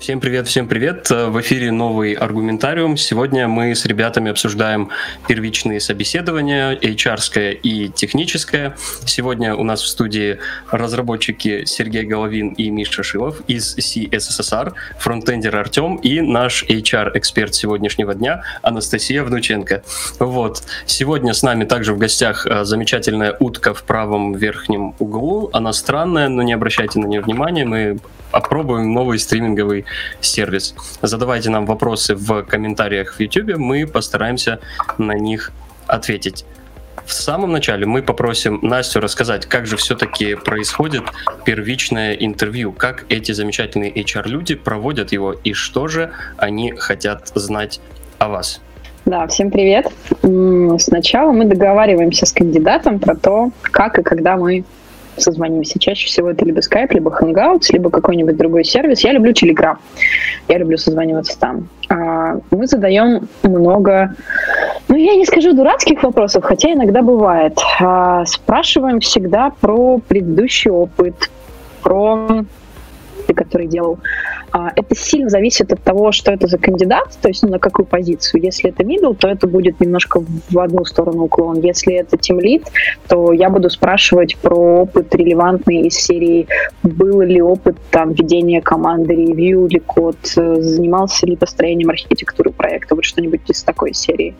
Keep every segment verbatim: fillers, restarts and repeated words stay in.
Всем привет, всем привет. В эфире новый аргументариум. Сегодня мы с ребятами обсуждаем первичные собеседования, эйч ар-ское и техническое. Сегодня у нас в студии разработчики Сергей Головин и Миша Шилов из си эс эс эс ар, фронтендер Артем и наш эйч ар-эксперт сегодняшнего дня Анастасия Внученко. Вот. Сегодня с нами также в гостях замечательная утка в правом верхнем углу. Она странная, но не обращайте на нее внимания. Мы опробуем новый стриминговый сервис. Задавайте нам вопросы в комментариях в YouTube, мы постараемся на них ответить. В самом начале мы попросим Настю рассказать, как же все-таки происходит первичное интервью, как эти замечательные эйч ар-люди проводят его и что же они хотят знать о вас. Да, всем привет. Сначала мы договариваемся с кандидатом про то, как и когда мы созвонимся. Чаще всего это либо Skype, либо Hangouts, либо какой-нибудь другой сервис. Я люблю Telegram. Я люблю созваниваться там. Мы задаем много, ну, я не скажу дурацких вопросов, хотя иногда бывает. Спрашиваем всегда про предыдущий опыт, про который делал. Это сильно зависит от того, что это за кандидат, то есть ну, на какую позицию. Если это middle, то это будет немножко в одну сторону уклон. Если это team lead, то я буду спрашивать про опыт релевантный из серии, был ли опыт там ведения команды, ревью ли код, занимался ли построением архитектуры проекта, вот что-нибудь из такой серии.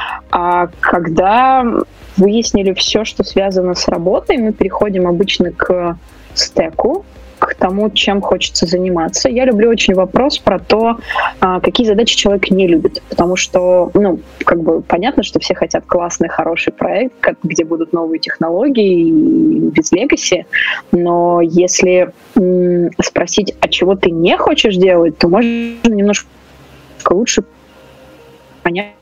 А когда выяснили все, что связано с работой, мы переходим обычно к стеку, к тому, чем хочется заниматься. Я люблю очень вопрос про то, какие задачи человек не любит, потому что, ну, как бы понятно, что все хотят классный, хороший проект, где будут новые технологии и без легаси, но если м- спросить, а чего ты не хочешь делать, то можно немножко лучше понять.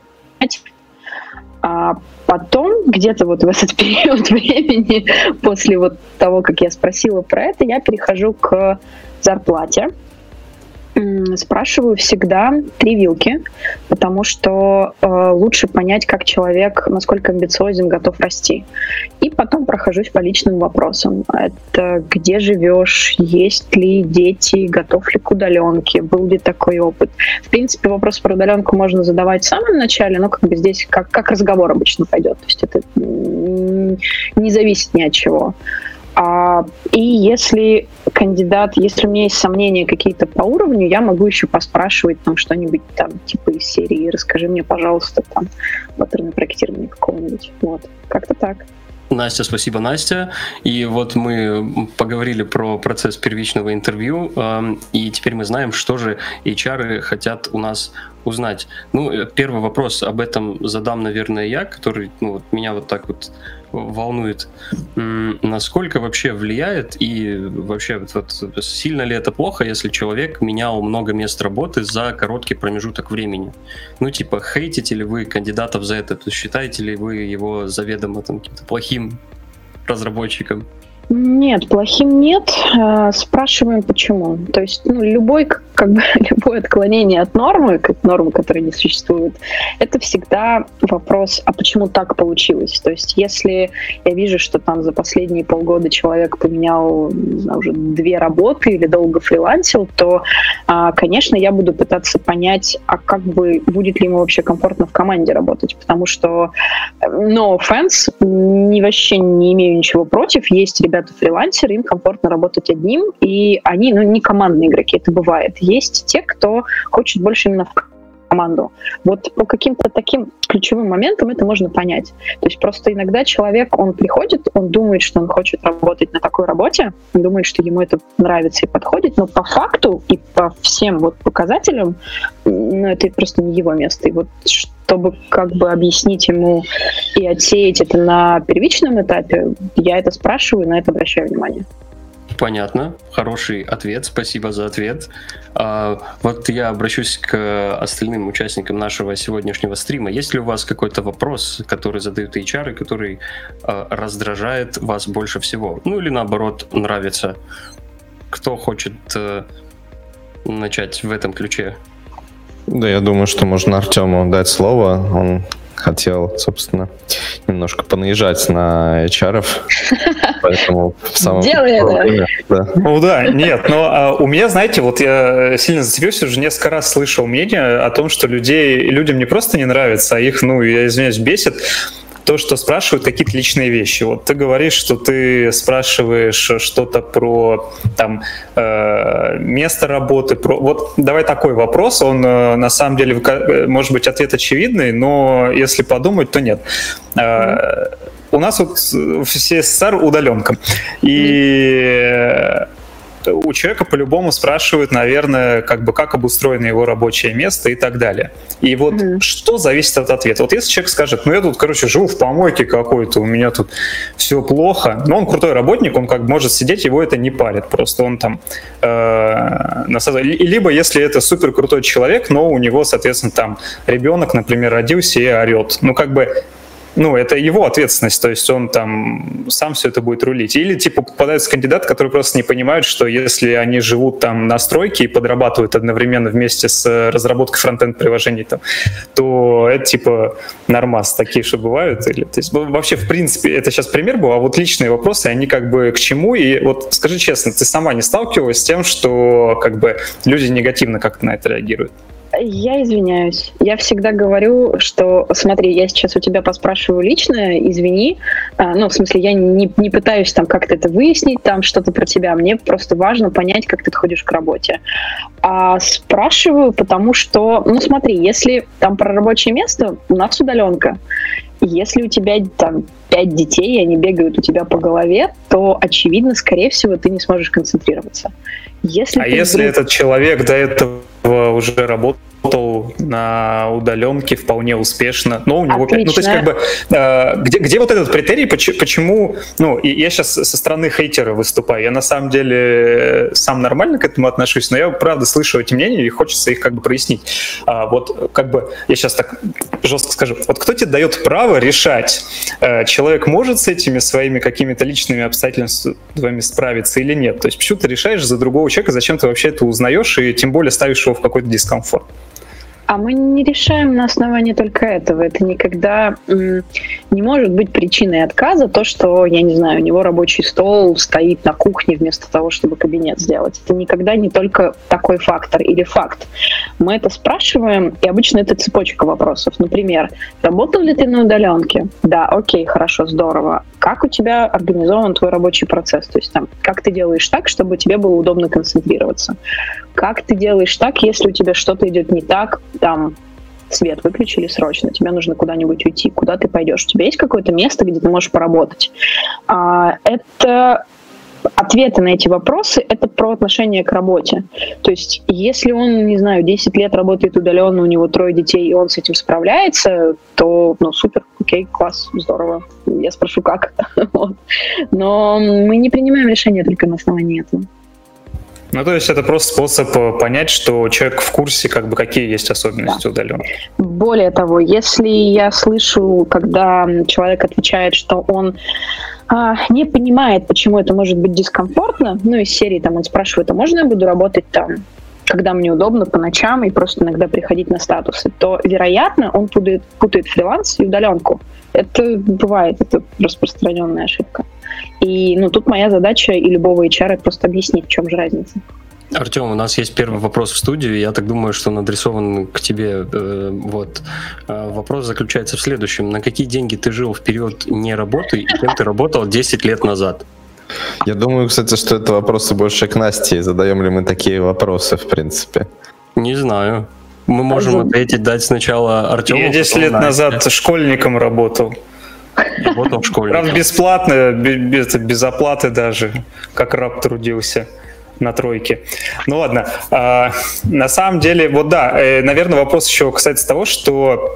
А потом, где-то вот в этот период времени, после вот того, как я спросила про это, я перехожу к зарплате. Спрашиваю всегда три вилки, потому что э, лучше понять, как человек, насколько амбициозен, готов расти. И потом прохожусь по личным вопросам. Это где живешь, есть ли дети, готов ли к удаленке, был ли такой опыт. В принципе, вопрос про удаленку можно задавать в самом начале, но как бы здесь как, как разговор обычно пойдет. То есть это не зависит ни от чего. А, и если кандидат, если у меня есть сомнения какие-то по уровню, я могу еще поспрашивать там что-нибудь там типа из серии «Расскажи мне, пожалуйста, там паттерны проектирования какого-нибудь». Вот, как-то так. Настя, спасибо, Настя. И вот мы поговорили про процесс первичного интервью, э, и теперь мы знаем, что же эйч ар хотят у нас узнать. Ну, первый вопрос об этом задам, наверное, я, который ну, вот, меня вот так вот волнует. Насколько вообще влияет и вообще вот, сильно ли это плохо, если человек менял много мест работы за короткий промежуток времени? Ну, типа, хейтите ли вы кандидатов за это? То есть считаете ли вы его заведомо там, каким-то плохим разработчиком? Нет, плохим нет. Спрашиваем, почему. То есть, ну, любой, как бы, любое отклонение от нормы, от нормы, которая не существует, это всегда вопрос, а почему так получилось? То есть, если я вижу, что там за последние полгода человек поменял, не знаю, уже две работы или долго фрилансил, то, конечно, я буду пытаться понять, а как бы, будет ли ему вообще комфортно в команде работать, потому что, no offense, ни, вообще не имею ничего против, есть ребята фрилансеры, им комфортно работать одним, и они, ну, не командные игроки, это бывает. Есть те, кто хочет больше именно в команду. Вот по каким-то таким ключевым моментам это можно понять. То есть просто иногда человек, он приходит, он думает, что он хочет работать на такой работе, он думает, что ему это нравится и подходит, но по факту и по всем вот показателям, ну, это просто не его место. И вот чтобы как бы объяснить ему и отсеять это на первичном этапе, я это спрашиваю, на это обращаю внимание. Понятно, хороший ответ, спасибо за ответ. А, вот я обращусь к остальным участникам нашего сегодняшнего стрима. Есть ли у вас какой-то вопрос, который задают эйч ар, который а, раздражает вас больше всего? Ну или наоборот, нравится? Кто хочет а, начать в этом ключе? Да, я думаю, что можно Артему дать слово. Он хотел, собственно, немножко понаезжать на эйч ар-ов, поэтому в самом время, да. Ну да, нет, но а, у меня, знаете, вот я сильно зацепился, уже несколько раз слышал мнение о том, что людей, людям не просто не нравится, а их, ну, я извиняюсь, бесит то, что спрашивают какие-то личные вещи. Вот ты говоришь, что ты спрашиваешь что-то про там, э, место работы. Про... Вот давай такой вопрос, он э, на самом деле, может быть, ответ очевидный, но если подумать, то нет. Э, у нас вот в СССР удаленка. И у человека по-любому спрашивают, наверное, как бы как обустроено его рабочее место и так далее. И вот mm-hmm. что зависит от ответа? Вот если человек скажет, ну я тут, короче, живу в помойке какой-то, у меня тут все плохо, но он крутой работник, он как бы может сидеть, его это не парит, просто он там... Э, либо если это супер крутой человек, но у него, соответственно, там ребенок, например, родился и орет. Ну как бы... Ну, это его ответственность, то есть он там сам все это будет рулить. Или, типа, попадаются кандидаты, которые просто не понимают, что если они живут там на стройке и подрабатывают одновременно вместе с разработкой фронтенд-приложений, там, то это, типа, нормас. Такие что бывают. Или, то есть, вообще, в принципе, это сейчас пример был, а вот личные вопросы, они как бы к чему? И вот скажи честно, ты сама не сталкивалась с тем, что как бы люди негативно как-то на это реагируют? Я извиняюсь. Я всегда говорю, что, смотри, я сейчас у тебя поспрашиваю лично, извини. А, ну, в смысле, я не, не пытаюсь там как-то это выяснить, там что-то про тебя. Мне просто важно понять, как ты ходишь к работе. А спрашиваю, потому что, ну, смотри, если там про рабочее место, у нас удаленка. Если у тебя там пять детей, и они бегают у тебя по голове, то, очевидно, скорее всего, ты не сможешь концентрироваться. Если а если вдруг... этот человек до этого уже работал на удаленке вполне успешно, но у него пять. Ну, то есть, как бы, э, где, где вот этот критерий, почему, почему, ну, и я сейчас со стороны хейтера выступаю, я на самом деле сам нормально к этому отношусь, но я, правда, слышу эти мнения, и хочется их как бы прояснить. А, вот, как бы, я сейчас так жестко скажу, вот кто тебе дает право решать, э, человек может с этими своими какими-то личными обстоятельствами справиться или нет? То есть, почему ты решаешь за другого человека, зачем ты вообще это узнаешь, и тем более ставишь его в какой-то дискомфорт? А мы не решаем на основании только этого. Это никогда м, не может быть причиной отказа то, что, я не знаю, у него рабочий стол стоит на кухне вместо того, чтобы кабинет сделать. Это никогда не только такой фактор или факт. Мы это спрашиваем, и обычно это цепочка вопросов. Например, работал ли ты на удаленке? Да, окей, хорошо, здорово. Как у тебя организован твой рабочий процесс? То есть там, как ты делаешь так, чтобы тебе было удобно концентрироваться? Как ты делаешь так, если у тебя что-то идет не так, там свет выключили срочно, тебе нужно куда-нибудь уйти, куда ты пойдешь? У тебя есть какое-то место, где ты можешь поработать? А, это ответы на эти вопросы, это про отношение к работе. То есть если он, не знаю, десять лет работает удаленно, у него трое детей, и он с этим справляется, то, ну, супер, окей, класс, здорово. Я спрошу, как. Вот. Но мы не принимаем решения только на основании этого. Ну, то есть это просто способ понять, что человек в курсе, как бы, какие есть особенности, да, удаленки. Более того, если я слышу, когда человек отвечает, что он а, не понимает, почему это может быть дискомфортно, ну, из серии там он спрашивает, а можно я буду работать там, когда мне удобно, по ночам, и просто иногда приходить на статусы, то, вероятно, он путает, путает фриланс и удаленку. Это бывает, это распространенная ошибка. И, ну, тут моя задача и любого эйч ар просто объяснить, в чем же разница. Артем, у нас есть первый вопрос в студию, я так думаю, что он адресован к тебе. Вот. Вопрос заключается в следующем. На какие деньги ты жил в период не работы и кем ты работал десять лет назад? Я думаю, кстати, что это вопросы больше к Насте. Задаем ли мы такие вопросы, в принципе? Не знаю. Мы можем а ответить, дать сначала Артему. Я десять лет назад школьником работал. Работал в школе. Правда, бесплатно, без, без оплаты даже, как раб трудился на тройке. Ну ладно. А, на самом деле, вот да, наверное, вопрос еще касается того, что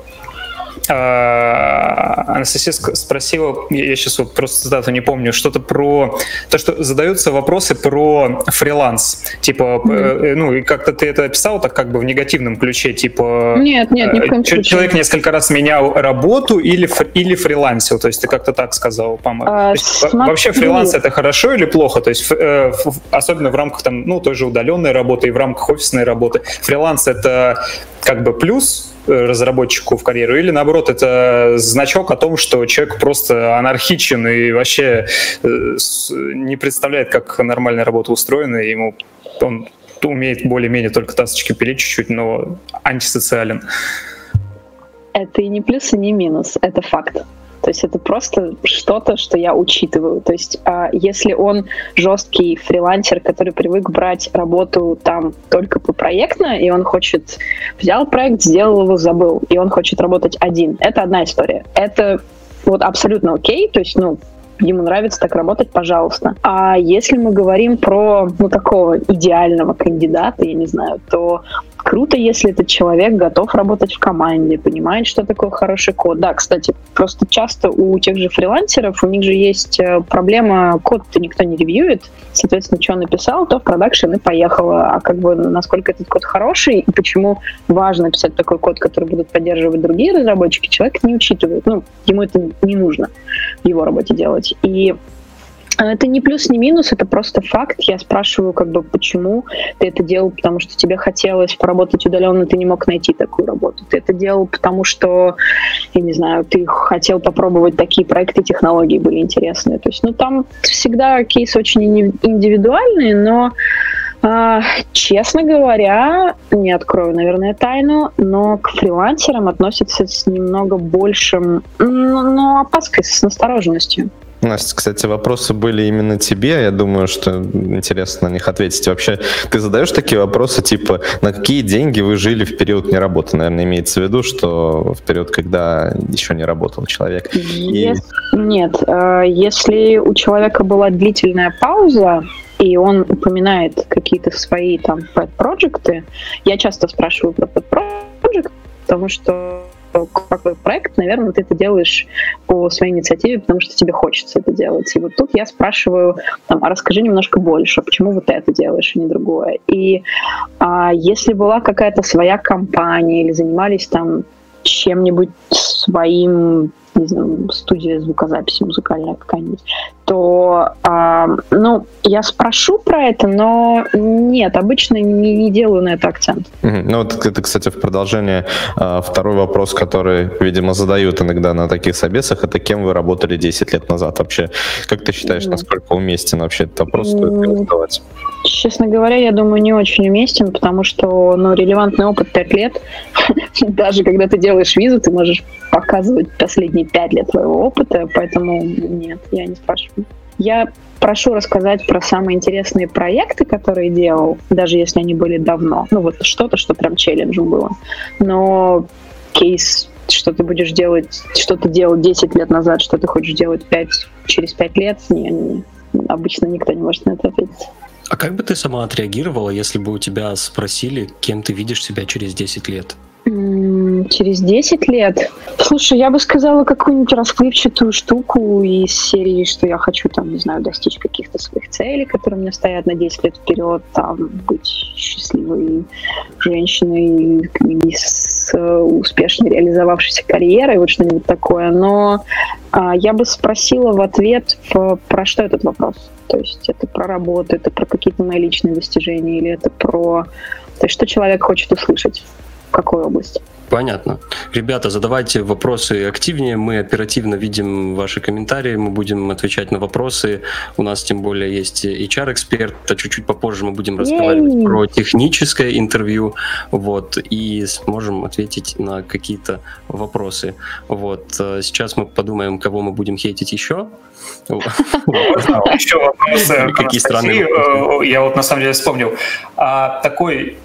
Анастасия спросила, я сейчас вот просто цитату не помню, что-то про то, что задаются вопросы про фриланс. Типа, mm-hmm. ну, и как-то ты это описал так как бы в негативном ключе, типа... Нет, нет, ни в коем случае. Человек несколько раз менял работу или, или фрилансил, то есть ты как-то так сказал, по-моему. А, есть, вообще фриланс — это хорошо или плохо? То есть э, в, особенно в рамках там, ну, той же удаленной работы и в рамках офисной работы. Фриланс — это как бы плюс разработчику в карьеру, или наоборот, это значок о том, что человек просто анархичен и вообще не представляет, как нормальная работа устроена, и ему он умеет более-менее только тасочки пилить чуть-чуть, но антисоциален. Это и не плюс, и не минус, это факт. То есть это просто что-то, что я учитываю. То есть а, если он жесткий фрилансер, который привык брать работу там только по проектно, и он хочет... Взял проект, сделал его, забыл, и он хочет работать один. Это одна история. Это вот абсолютно окей. То есть, ну, ему нравится так работать, пожалуйста. А если мы говорим про, ну, такого идеального кандидата, я не знаю, то круто, если этот человек готов работать в команде, понимает, что такое хороший код. Да, кстати, просто часто у тех же фрилансеров, у них же есть проблема, код-то никто не ревьюет, соответственно, что он написал, то в продакшн и поехало. А как бы насколько этот код хороший и почему важно писать такой код, который будут поддерживать другие разработчики, человек не учитывает. Ну, ему это не нужно в его работе делать. И это не плюс, не минус, это просто факт. Я спрашиваю, как бы, почему ты это делал, потому что тебе хотелось поработать удаленно, ты не мог найти такую работу. Ты это делал, потому что, я не знаю, ты хотел попробовать такие проекты, технологии были интересные. То есть, ну, там всегда кейсы очень индивидуальные, но, э, честно говоря, не открою, наверное, тайну, но к фрилансерам относятся с немного большим, ну, ну опаской, с настороженностью. Настя, кстати, вопросы были именно тебе. Я думаю, что интересно на них ответить. Вообще, ты задаешь такие вопросы, типа, на какие деньги вы жили в период не работы? Наверное, имеется в виду, что в период, когда еще не работал человек. И... Нет, если у человека была длительная пауза, и он упоминает какие-то свои там pet-проекты, я часто спрашиваю про pet-проект, потому что какой проект, наверное, ты это делаешь по своей инициативе, потому что тебе хочется это делать. И вот тут я спрашиваю, там, а расскажи немножко больше, почему вот это делаешь, а не другое. И а, если была какая-то своя компания или занимались там чем-нибудь своим, не знаю, студия звукозаписи музыкальная какая-нибудь, то, а, ну, я спрошу про это, но нет, обычно не, не делаю на это акцент. Mm-hmm. Ну, вот это, кстати, в продолжение а, второй вопрос, который, видимо, задают иногда на таких собесах, это кем вы работали десять лет назад вообще? Как ты считаешь, mm-hmm. насколько уместен вообще этот вопрос, стоит ли его задавать? Честно говоря, я думаю, не очень уместен, потому что, ну, релевантный опыт пять лет, даже когда ты делаешь визу, ты можешь показывать последние пять лет твоего опыта, поэтому нет, я не спрашиваю. Я прошу рассказать про самые интересные проекты, которые делал, даже если они были давно. Ну, вот что-то, что прям челленджем было. Но кейс, что ты будешь делать, что ты делал десять лет назад, что ты хочешь делать пять, через пять лет, не, не, обычно никто не может на это ответить. А как бы ты сама отреагировала, если бы у тебя спросили, кем ты видишь себя через десять лет? Через десять лет? Слушай, я бы сказала какую-нибудь расплывчатую штуку из серии, что я хочу, там, не знаю, достичь каких-то своих целей, которые у меня стоят на десять лет вперед, там, быть счастливой женщиной с успешно реализовавшейся карьерой, вот что-нибудь такое. Но а, я бы спросила в ответ, в, про что этот вопрос. То есть это про работу, это про какие-то мои личные достижения, или это про... То есть что человек хочет услышать. В какой области? Понятно. Ребята, задавайте вопросы активнее, мы оперативно видим ваши комментарии, мы будем отвечать на вопросы. У нас тем более есть эйч ар-эксперт, а чуть-чуть попозже мы будем разговаривать Ей. про техническое интервью, вот, и сможем ответить на какие-то вопросы. Вот. Сейчас мы подумаем, кого мы будем хейтить еще. Еще вопросы. Какие странные вопросы? Я вот на самом деле вспомнил. Такой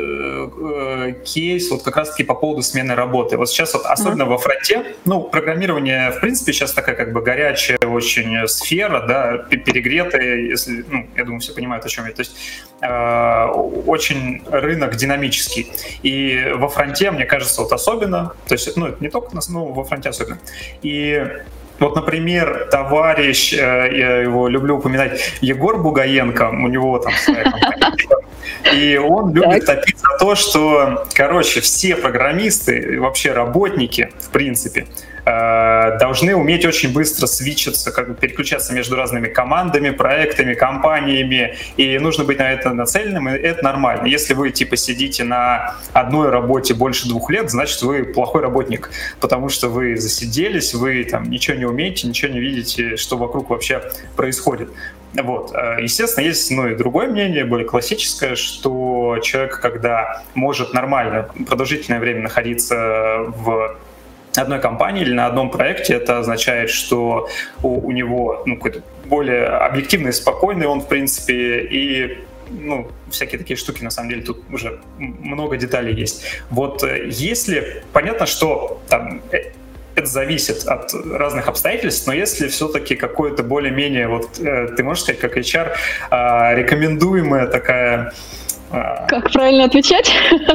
кейс вот как раз-таки по поводу смены работы. Вот сейчас вот особенно mm-hmm. во фронте, ну, программирование, в принципе, сейчас такая как бы горячая очень сфера, да, перегретая, если, ну, я думаю, все понимают, о чем я. То есть э, очень рынок динамический. И во фронте, мне кажется, вот особенно, то есть, ну, это не только, но во фронте особенно. И вот, например, товарищ, я его люблю упоминать, Егор Бугаенко, у него там своя компания, и он любит топить за то, что, короче, все программисты, вообще работники, в принципе, э, должны уметь очень быстро свитчиться, как бы переключаться между разными командами, проектами, компаниями, и нужно быть на это нацеленным, и это нормально. Если вы типа сидите на одной работе больше двух лет, значит, вы плохой работник, потому что вы засиделись, вы там ничего не умеете, ничего не видите, что вокруг вообще происходит. Вот. Естественно, есть ну, и другое мнение, более классическое, что человек, когда может нормально, продолжительное время находиться в одной компании или на одном проекте, это означает, что у, у него ну, какой-то более объективный, спокойный он, в принципе, и ну, всякие такие штуки, на самом деле, тут уже много деталей есть. Вот если... Понятно, что там... Это зависит от разных обстоятельств, но если все-таки какое-то более-менее, вот э, ты можешь сказать, как эйч ар, э, рекомендуемая такая... Э, как правильно отвечать?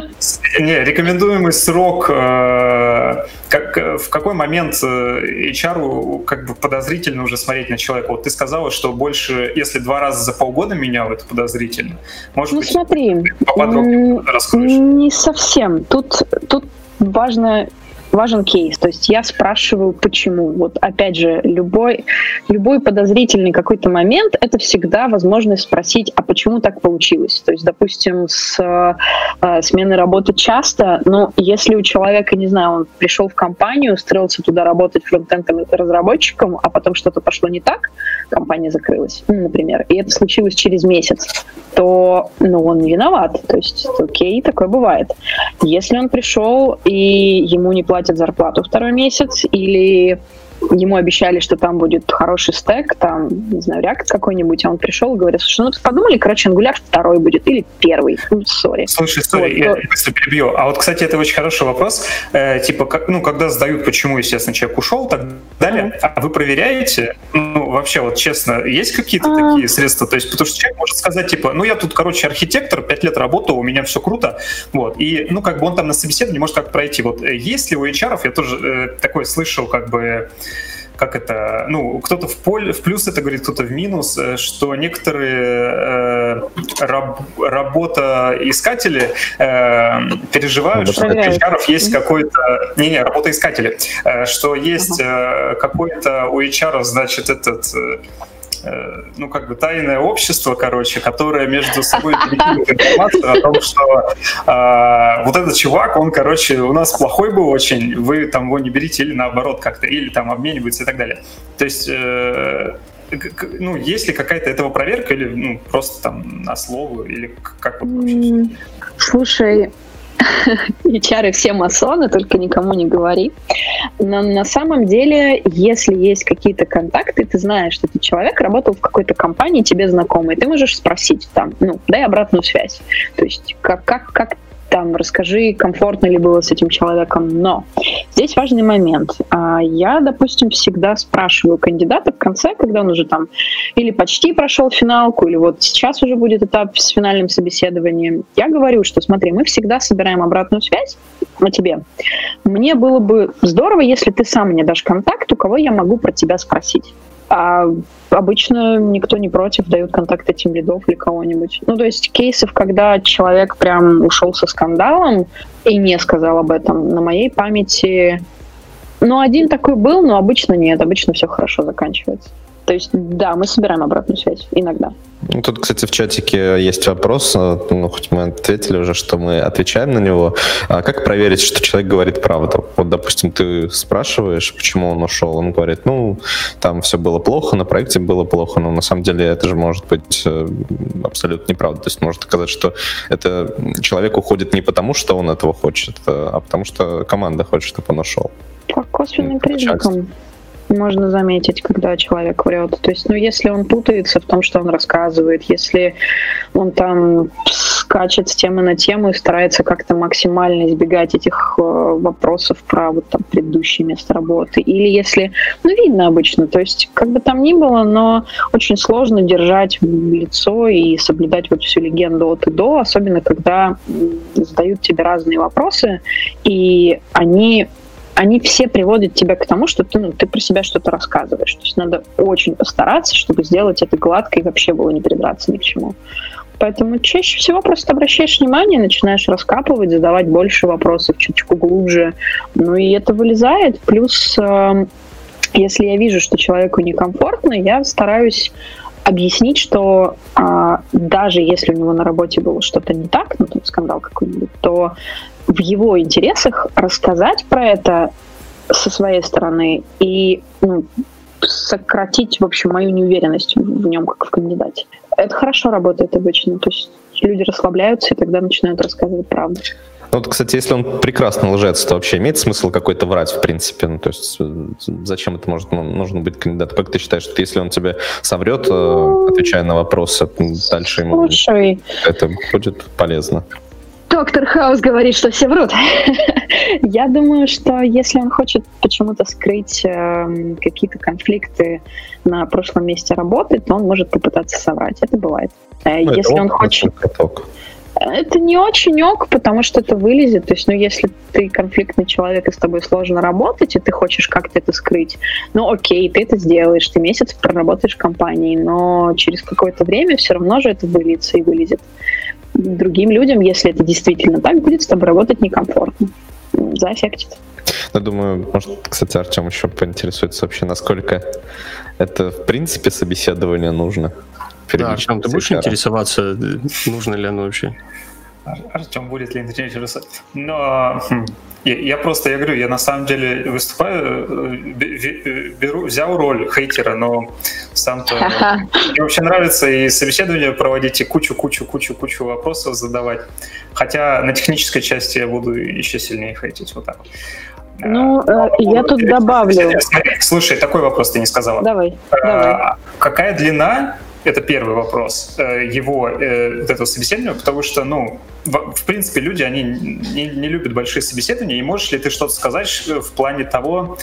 Не, рекомендуемый срок, э, как, в какой момент эйч ар как бы подозрительно уже смотреть на человека? Вот ты сказала, что больше, если два раза за полгода менял, это подозрительно. Может ну быть, смотри, поподробнее расскажешь? Не совсем. Тут, тут важно... Важен кейс, то есть я спрашиваю, почему. Вот опять же, любой, любой подозрительный какой-то момент — это всегда возможность спросить, а почему так получилось? То есть, допустим, с э, сменой работы часто, но если у человека, не знаю, он пришел в компанию, устроился туда работать фронтендом разработчиком, а потом что-то пошло не так, компания закрылась, ну, например, и это случилось через месяц, то ну, он не виноват. То есть, окей, такое бывает. Если он пришел и ему не платят зарплату второй месяц, или ему обещали, что там будет хороший стэк, там, не знаю, React какой-нибудь, а он пришел и говорит, слушай, ну подумали, короче, Angular второй будет, или первый, ну, сори. Слушай, сори, вот, я быстро перебью. А вот, кстати, это очень хороший вопрос. Э, типа, как, ну, когда задают, почему, естественно, человек ушел, так далее, mm-hmm. а вы проверяете, ну, вообще, вот честно, есть какие-то mm-hmm. такие средства? То есть, потому что человек может сказать, типа, ну, я тут, короче, архитектор, пять лет работал, у меня все круто, вот, и, ну, как бы он там на собеседовании может как пройти. Вот, есть ли у эйч ар-ов, я тоже э, такое слышал, как бы, как это, ну, кто-то в, поле, в плюс это говорит, кто-то в минус, что некоторые э, раб, работоискатели э, переживают, что у эйч ар-ов есть какой-то... Не-не, работоискатели, э, что есть э, какой-то у эйч ар-ов, значит, этот... Э, ну, как бы тайное общество, короче, которое между собой перекидывает информацию о том, что э, вот этот чувак, он, короче, у нас плохой был очень, вы там его не берите или наоборот как-то, или там обмениваются и так далее. То есть, э, ну, есть ли какая-то этого проверка или ну, просто там на слово, или как вот вообще? Слушай, эйч ар все масоны, только никому не говори. Но на самом деле, если есть какие-то контакты, ты знаешь, что этот человек работал в какой-то компании, тебе знакомый, ты можешь спросить там, ну, дай обратную связь. То есть как, как, как там, расскажи, комфортно ли было с этим человеком. Но здесь важный момент. Я, допустим, всегда спрашиваю кандидата в конце, когда он уже там или почти прошел финалку, или вот сейчас уже будет этап с финальным собеседованием. Я говорю, что смотри, мы всегда собираем обратную связь о тебе. Мне было бы здорово, если ты сам мне дашь контакт, у кого я могу про тебя спросить. А обычно никто не против, дают контакты тимлидов или кого-нибудь. Ну, то есть кейсов, когда человек прям ушел со скандалом и не сказал об этом, на моей памяти... Ну, один такой был, но обычно нет, обычно все хорошо заканчивается. То есть, да, мы собираем обратную связь иногда. Тут, кстати, в чатике есть вопрос, ну, хоть мы ответили уже, что мы отвечаем на него. А как проверить, что человек говорит правду? Вот, допустим, ты спрашиваешь, почему он ушел, он говорит, ну, там все было плохо, на проекте было плохо, но на самом деле это же может быть абсолютно неправда. То есть может оказаться, что это человек уходит не потому, что он этого хочет, а потому что команда хочет, чтобы он ушел. По косвенным признакам можно заметить, когда человек врет. То есть, ну, если он путается в том, что он рассказывает, если он там скачет с темы на тему и старается как-то максимально избегать этих э, вопросов про вот там предыдущее место работы, или если, ну, видно обычно, то есть, как бы там ни было, но очень сложно держать лицо и соблюдать вот всю легенду от и до, особенно когда задают тебе разные вопросы, и они они все приводят тебя к тому, что ты, ну, ты про себя что-то рассказываешь. То есть надо очень постараться, чтобы сделать это гладко и вообще было не придраться ни к чему. Поэтому чаще всего просто обращаешь внимание, начинаешь раскапывать, задавать больше вопросов, чуточку глубже. Ну и это вылезает. Плюс, э, если я вижу, что человеку некомфортно, я стараюсь объяснить, что э, даже если у него на работе было что-то не так, ну, там скандал какой-нибудь, то в его интересах рассказать про это со своей стороны и ну, сократить, в общем, мою неуверенность в нем как в кандидате. Это хорошо работает обычно, то есть люди расслабляются и тогда начинают рассказывать правду. Ну, вот, кстати, если он прекрасно лжец, то вообще имеет смысл какой-то врать, в принципе? Ну, то есть зачем это может, ну, нужно быть кандидатом? Как ты считаешь, что если он тебе соврет, ну, отвечая на вопросы, дальше ему слушай, это будет полезно? Доктор Хаус говорит, что все врут. Я думаю, что если он хочет почему-то скрыть э, какие-то конфликты на прошлом месте работы, то он может попытаться соврать. Это бывает. Э, ну, если он хочет... Каток. Это не очень ок, потому что это вылезет. То есть, ну, если ты конфликтный человек, и с тобой сложно работать, и ты хочешь как-то это скрыть, ну, окей, ты это сделаешь, ты месяц проработаешь в компании, но через какое-то время все равно же это выльется и вылезет. Другим людям, если это действительно так, будет с тобой работать некомфортно. Заэффектит. Я думаю, может, кстати, Артем еще поинтересуется вообще, насколько это, в принципе, собеседование нужно. Да, Артем, ты будешь интересоваться, нужно ли оно вообще? Артем будет ли интересоваться? Но хм, я, я просто, я говорю, я на самом деле выступаю, беру, взял роль хейтера, но сам-то мне вообще нравится и собеседование проводить, и кучу-кучу-кучу-кучу вопросов задавать. Хотя на технической части я буду еще сильнее хейтить, вот так вот. Ну, а, я тут добавлю. Смотри, слушай, такой вопрос ты не сказала. Давай, а, давай. Какая длина? Это первый вопрос его, вот этого собеседования, потому что, ну, в, в принципе, люди, они не, не любят большие собеседования, и можешь ли ты что-то сказать в плане того,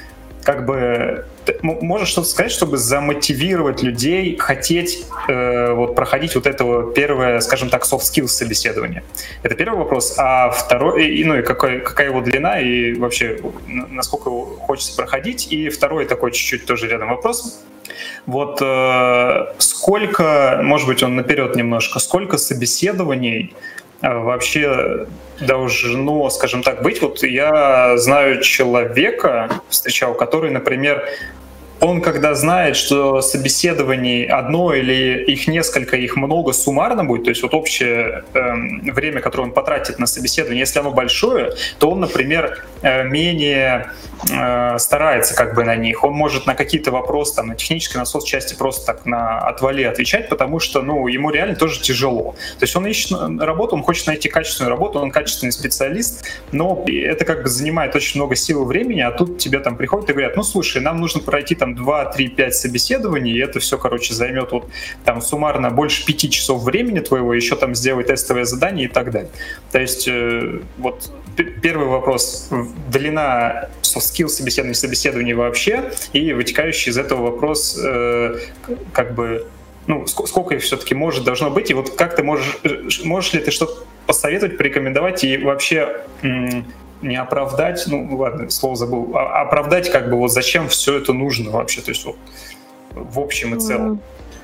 как бы, ты можешь что-то сказать, чтобы замотивировать людей хотеть э, вот, проходить вот этого первое, скажем так, soft skills собеседование? Это первый вопрос. А второй, и, ну и какая, какая его длина, и вообще, насколько его хочется проходить? И второй такой чуть-чуть тоже рядом вопрос. Вот э, сколько, может быть, он наперед немножко, сколько собеседований э, вообще должно, скажем так, быть? Вот я знаю человека, встречал, который, например, он когда знает, что собеседований одно или их несколько, их много суммарно будет, то есть вот общее э, время, которое он потратит на собеседование, если оно большое, то он, например, э, менее э, старается как бы на них. Он может на какие-то вопросы, там, на технической, на соцчасти просто так на отвали отвечать, потому что, ну, ему реально тоже тяжело. То есть он ищет работу, он хочет найти качественную работу, он качественный специалист, но это как бы занимает очень много сил и времени, а тут тебе там приходят и говорят, ну, слушай, нам нужно пройти там два, три, пять собеседований, и это все, короче, займет вот там суммарно больше пяти часов времени твоего, еще там сделать тестовое задание и так далее. То есть э, вот п- первый вопрос, длина soft skills собеседований, собеседований вообще, и вытекающий из этого вопрос, э, как бы, ну, ск- сколько их все-таки может, должно быть, и вот как ты можешь, можешь ли ты что-то посоветовать, порекомендовать, и вообще м- не оправдать, ну ладно, слово забыл, а оправдать как бы вот зачем все это нужно вообще, то есть вот в общем и целом.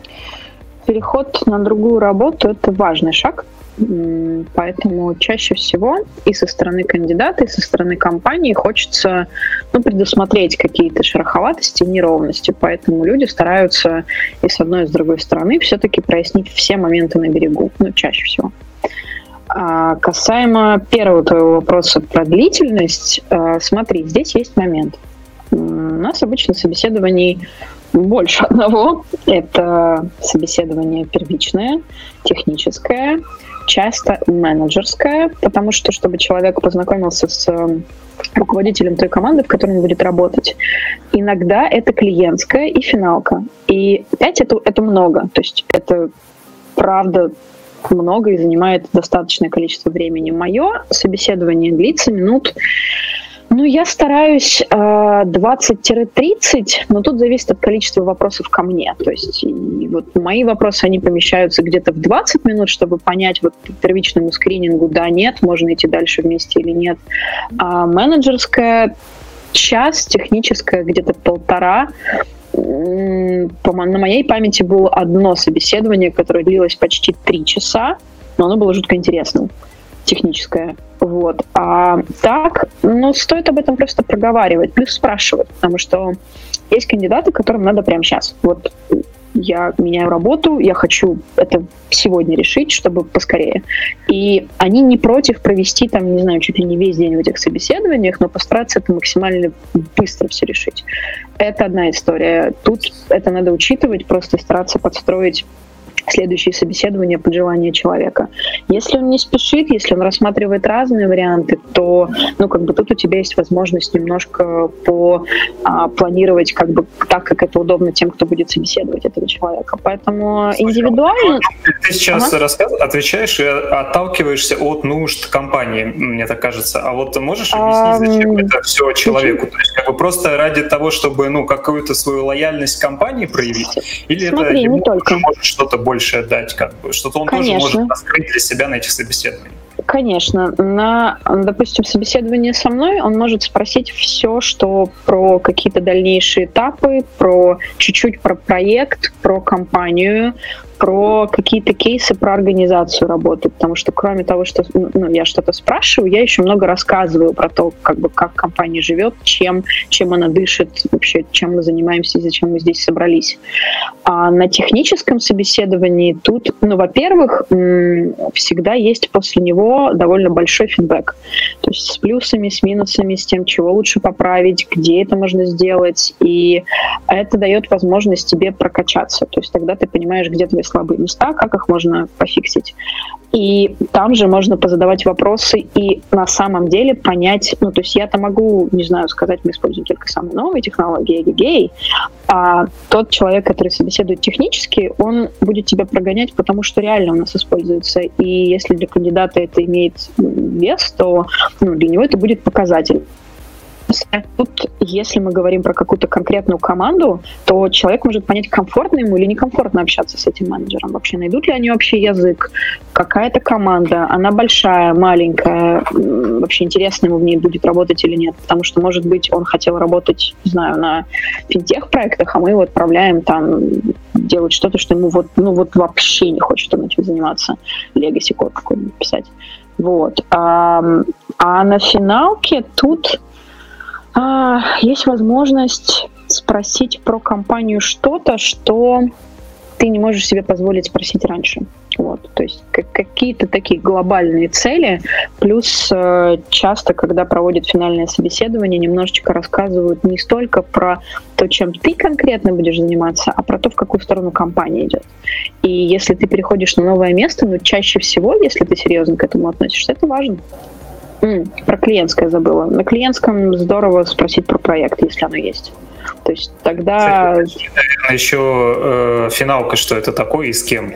Переход на другую работу — это важный шаг, поэтому чаще всего и со стороны кандидата, и со стороны компании хочется, ну, предусмотреть какие-то шероховатости и неровности, поэтому люди стараются и с одной, и с другой стороны все-таки прояснить все моменты на берегу, ну, чаще всего. А касаемо первого твоего вопроса про длительность, смотри, здесь есть момент. У нас обычно собеседований больше одного. Это собеседование первичное, техническое, часто менеджерское, потому что, чтобы человек познакомился с руководителем той команды, в которой он будет работать, иногда это клиентская и финалка. И опять это, это много. То есть это правда много и занимает достаточное количество времени. Мое собеседование длится минут, ну, я стараюсь э, двадцать-тридцать, но тут зависит от количества вопросов ко мне. То есть и вот мои вопросы, они помещаются где-то в двадцать минут, чтобы понять вот по первичному скринингу, да, нет, можно идти дальше вместе или нет. А менеджерская час, техническая где-то полтора. на моей памяти было одно собеседование, которое длилось почти три часа, но оно было жутко интересным, техническое. Вот. А так, ну, стоит об этом просто проговаривать, плюс спрашивать, потому что есть кандидаты, которым надо прямо сейчас. Вот я меняю работу, я хочу это сегодня решить, чтобы поскорее. И они не против провести, там, не знаю, чуть ли не весь день в этих собеседованиях, но постараться это максимально быстро все решить. Это одна история. Тут это надо учитывать, просто стараться подстроить следующие собеседования под желание человека. Если он не спешит, если он рассматривает разные варианты, то, ну, как бы тут у тебя есть возможность немножко попланировать как бы так, как это удобно тем, кто будет собеседовать этого человека. Поэтому индивидуально... Ты сейчас ага. рассказ... отвечаешь и отталкиваешься от нужд компании, мне так кажется. А вот можешь объяснить, зачем а... это все человеку? То есть как бы просто ради того, чтобы, ну, какую-то свою лояльность компании проявить? Или Смотри, это ему не только. может что-то больше дать, как бы, что-то он Конечно. тоже может раскрыть для себя на этих собеседованиях. Конечно. На, допустим, собеседовании со мной он может спросить все, что про какие-то дальнейшие этапы, про чуть-чуть про проект, про компанию, про какие-то кейсы, про организацию работы, потому что кроме того, что ну, я что-то спрашиваю, я еще много рассказываю про то, как бы, как компания живет, чем, чем она дышит, вообще, чем мы занимаемся и зачем мы здесь собрались. А на техническом собеседовании тут, ну, во-первых, всегда есть после него довольно большой фидбэк. То есть с плюсами, с минусами, с тем, чего лучше поправить, где это можно сделать, и это дает возможность тебе прокачаться. То есть тогда ты понимаешь, где твои слабые места, как их можно пофиксить. И там же можно позадавать вопросы и на самом деле понять, ну, то есть я-то могу, не знаю, сказать, мы используем только самые новые технологии, гей-гей, а тот человек, который собеседует технически, он будет тебя прогонять, потому что реально у нас используется. И если для кандидата это имеет вес, то ну, для него это будет показатель. Тут, если мы говорим про какую-то конкретную команду, то человек может понять, комфортно ему или некомфортно общаться с этим менеджером. Вообще, найдут ли они общий язык? Какая-то команда? Она большая, маленькая? Вообще, интересно ему в ней будет работать или нет? Потому что, может быть, он хотел работать, не знаю, на финтех-проектах, а мы его отправляем там делать что-то, что ему вот, ну, вот вообще не хочет он этим заниматься. Legacy код какой-нибудь писать. Вот. А, а на финалке тут... есть возможность спросить про компанию что-то, что ты не можешь себе позволить спросить раньше. Вот. То есть как, какие-то такие глобальные цели, плюс э, часто, когда проводят финальное собеседование, немножечко рассказывают не столько про то, чем ты конкретно будешь заниматься, а про то, в какую сторону компания идет. И если ты переходишь на новое место, ну, чаще всего, если ты серьезно к этому относишься, это важно. М, про клиентское забыла. На клиентском здорово спросить про проект, если оно есть. То есть тогда... Кстати, наверное, еще э, финалка, что это такое и с кем?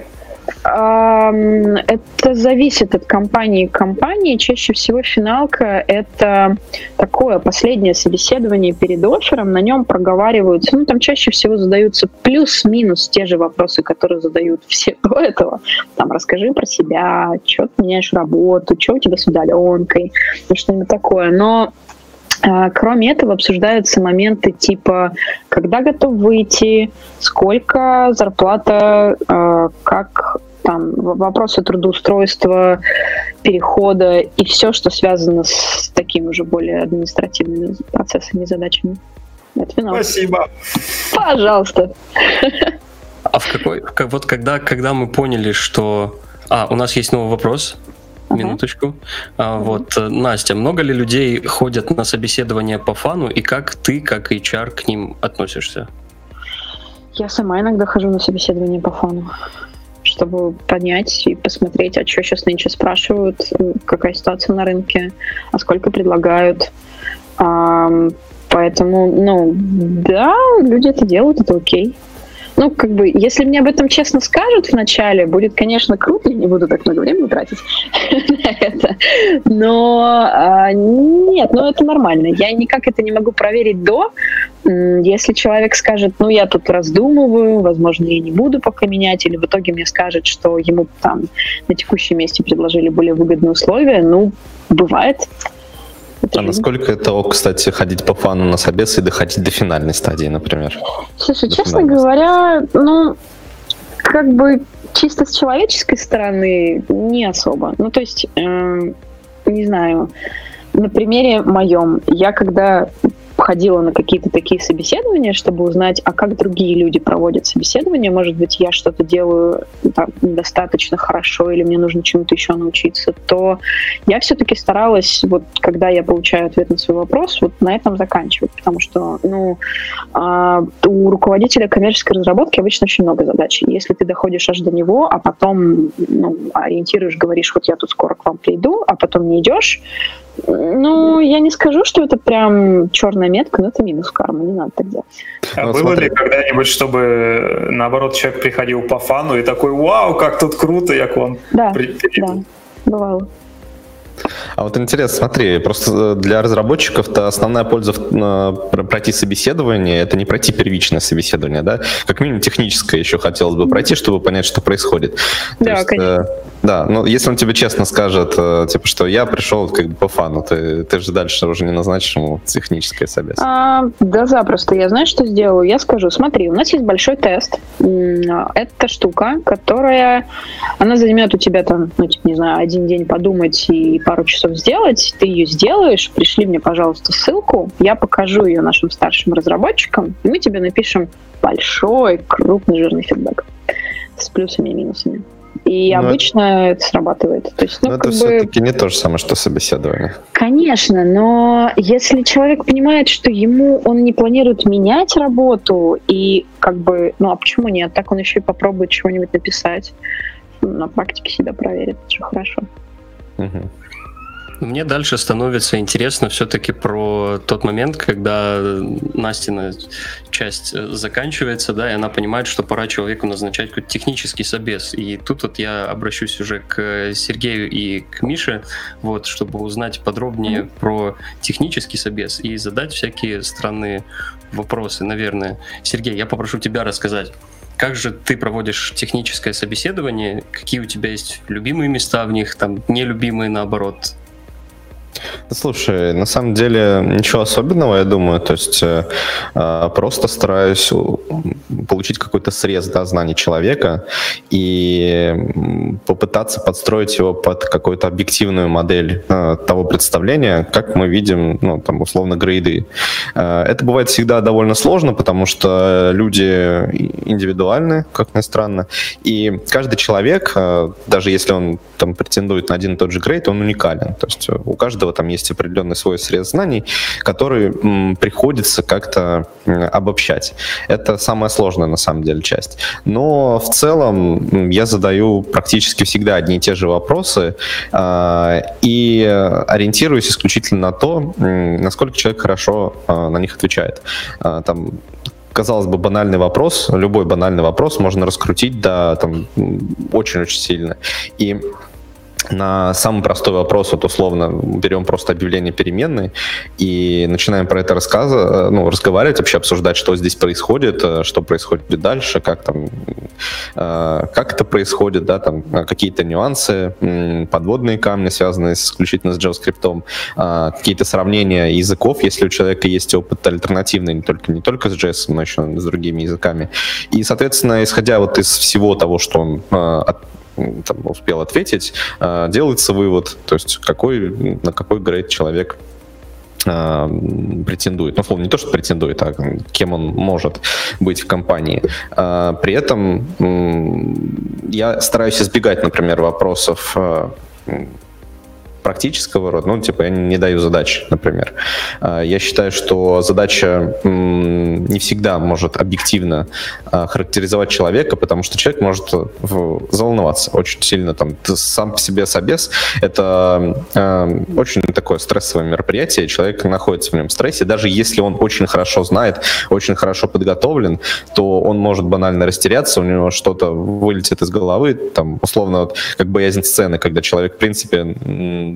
Это зависит от компании к компании. Чаще всего финалка — это такое последнее собеседование перед оффером. На нем проговариваются, ну, там чаще всего задаются плюс-минус те же вопросы, которые задают все до этого. Там, расскажи про себя, что ты меняешь работу, что у тебя с удаленкой, что-нибудь такое. Но кроме этого обсуждаются моменты типа, когда готов выйти, сколько зарплата, как там вопросы трудоустройства, перехода и все, что связано с такими уже более административными процессами и задачами. Это финал. Спасибо. Пожалуйста. А в какой, вот когда, когда мы поняли, что... А, у нас есть новый вопрос. Минуточку. А, вот, Настя, много ли людей ходят на собеседование по фану, и как ты, как эйч ар, к ним относишься? Я сама иногда хожу на собеседование по фану, чтобы понять и посмотреть, а что сейчас нынче спрашивают, какая ситуация на рынке, а сколько предлагают. А, поэтому, ну, да, люди это делают, это окей. Ну, как бы, если мне об этом честно скажут вначале, будет, конечно, круто, я не буду так много времени тратить на это, но а, нет, ну это нормально. Я никак это не могу проверить до. Если человек скажет, ну, я тут раздумываю, возможно, я не буду пока менять, или в итоге мне скажет, что ему там на текущем месте предложили более выгодные условия, ну, бывает. Это а жизнь. Насколько это ок, кстати, ходить по фану на собес и доходить до финальной стадии, например? Слушай, до честно говоря, ну, как бы чисто с человеческой стороны не особо. Ну, то есть, э, не знаю, на примере моем, я когда ходила на какие-то такие собеседования, чтобы узнать, а как другие люди проводят собеседования, может быть, я что-то делаю там, недостаточно хорошо или мне нужно чему-то еще научиться, то я все-таки старалась, вот когда я получаю ответ на свой вопрос, вот на этом заканчивать, потому что ну, а, у руководителя коммерческой разработки обычно очень много задач. Если ты доходишь аж до него, а потом ну, ориентируешь, говоришь, вот я тут скоро к вам приду, а потом не идешь, ну, я не скажу, что это прям черная метка, но это минус кармы, не надо так делать. А вот было смотри. ли когда-нибудь, чтобы, наоборот, человек приходил по фану и такой, вау, как тут круто, я к вам да, приеду? Да, бывало. А вот интересно, смотри, просто для разработчиков-то основная польза пройти собеседование, это не пройти первичное собеседование, да? Как минимум техническое еще хотелось бы пройти, чтобы понять, что происходит. Да, есть, конечно. Да, но если он тебе честно скажет, типа, что я пришел как бы по фану, ты, ты же дальше уже не назначишь ему техническое собеседование. А, да, запросто. Я знаю, что сделаю. Я скажу, смотри, у нас есть большой тест. Это штука, которая, она займет у тебя там, ну, типа, не знаю, один день подумать и пару часов сделать. Ты ее сделаешь, пришли мне, пожалуйста, ссылку, я покажу ее нашим старшим разработчикам, и мы тебе напишем большой, крупный, жирный фидбэк с плюсами и минусами. И но обычно это, это срабатывает. То есть, ну, но как это бы... все-таки не то же самое, что собеседование. Конечно, но если человек понимает, что ему он не планирует менять работу, и как бы, ну а почему нет? Так он еще и попробует чего-нибудь написать. На практике себя проверит, это же хорошо. Угу. Мне дальше становится интересно все-таки про тот момент, когда Настина часть заканчивается, да, и она понимает, что пора человеку назначать какой-то технический собес. И тут вот я обращусь уже к Сергею и к Мише, вот, чтобы узнать подробнее mm-hmm. про технический собес и задать всякие странные вопросы, наверное. Сергей, я попрошу тебя рассказать, как же ты проводишь техническое собеседование, какие у тебя есть любимые места в них, там, нелюбимые, наоборот. Слушай, на самом деле ничего особенного, я думаю, то есть э, просто стараюсь получить какой-то срез, да, знаний человека и попытаться подстроить его под какую-то объективную модель э, того представления, как мы видим, ну, там, условно, грейды. Э, это бывает всегда довольно сложно, потому что люди индивидуальны, как ни странно, и каждый человек, э, даже если он там претендует на один и тот же грейд, он уникален, то есть у каждого там есть определенный свой срез знаний, который м, приходится как-то м, обобщать. Это самая сложная на самом деле часть. Но в целом м, я задаю практически всегда одни и те же вопросы э, и ориентируюсь исключительно на то, м, насколько человек хорошо э, на них отвечает. Э, там, казалось бы, банальный вопрос, любой банальный вопрос можно раскрутить, да, там, очень-очень сильно. И на самый простой вопрос, вот условно, берем просто объявление переменной и начинаем про это рассказывать, ну, разговаривать, вообще обсуждать, что здесь происходит, что происходит дальше, как там, как это происходит, да, там, какие-то нюансы, подводные камни, связанные исключительно с JavaScript, какие-то сравнения языков, если у человека есть опыт альтернативный, не только, не только с джей эс, но еще с другими языками. И, соответственно, исходя вот из всего того, что он от там, успел ответить, делается вывод, то есть какой, на какой грейд человек а, претендует. Ну, словно не то, что претендует, а кем он может быть в компании. А, при этом я стараюсь избегать, например, вопросов практического рода, ну, типа, я не даю задач, например. Я считаю, что задача не всегда может объективно характеризовать человека, потому что человек может заволноваться очень сильно. Там, сам по себе собес — это очень такое стрессовое мероприятие, человек находится в нем стрессе, даже если он очень хорошо знает, очень хорошо подготовлен, то он может банально растеряться, у него что-то вылетит из головы, там, условно, вот, как боязнь сцены, когда человек, в принципе,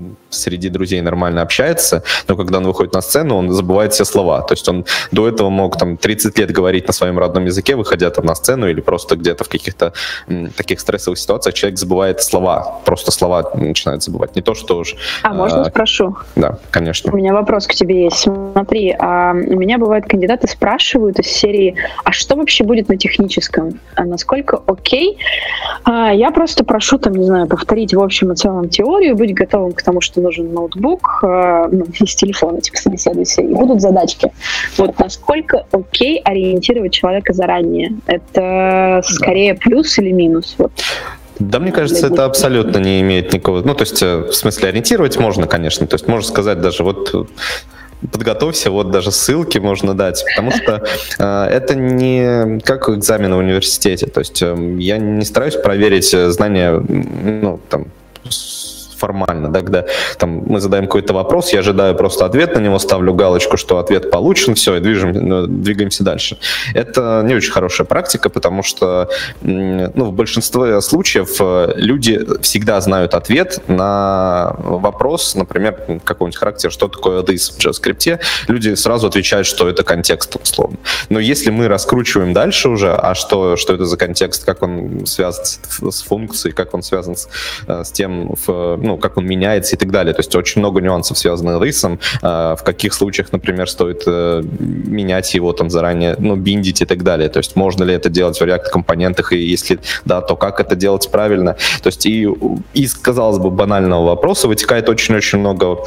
среди друзей нормально общается, но когда он выходит на сцену, он забывает все слова. То есть он до этого мог там тридцать лет говорить на своем родном языке, выходя там на сцену или просто где-то в каких-то м, таких стрессовых ситуациях, человек забывает слова, просто слова начинает забывать. Не то, что уж... А, а можно спрошу? Да, конечно. У меня вопрос к тебе есть. Смотри, а у меня бывают кандидаты спрашивают из серии, а что вообще будет на техническом? А насколько окей? А, я просто прошу, там, не знаю, повторить в общем и целом теорию, быть готовым к тому, что нужен ноутбук, а, ну, из телефона, типа, собеседуйся, и будут задачки. Вот насколько окей ориентировать человека заранее? Это скорее плюс или минус? Вот. Да, мне кажется, это абсолютно не имеет никакого... Ну, то есть, в смысле, ориентировать можно, конечно. То есть, можно сказать даже вот... Подготовься, вот даже ссылки можно дать, потому что э, это не как экзамен в университете. То есть э, я не стараюсь проверить знания, ну, там, формально, да, когда там, мы задаем какой-то вопрос, я ожидаю просто ответ на него, ставлю галочку, что ответ получен, все, и движем, двигаемся дальше. Это не очень хорошая практика, потому что ну, в большинстве случаев люди всегда знают ответ на вопрос, например, какого-нибудь характера, что такое this в JavaScript, люди сразу отвечают, что это контекст, условно. Но если мы раскручиваем дальше уже, а что, что это за контекст, как он связан с, с функцией, как он связан с, с тем, в, ну, как он меняется и так далее. То есть очень много нюансов, связанных с рисом, в каких случаях, например, стоит менять его там заранее, ну, биндить и так далее. То есть можно ли это делать в React-компонентах, и если да, то как это делать правильно. То есть и из, казалось бы, банального вопроса вытекает очень-очень много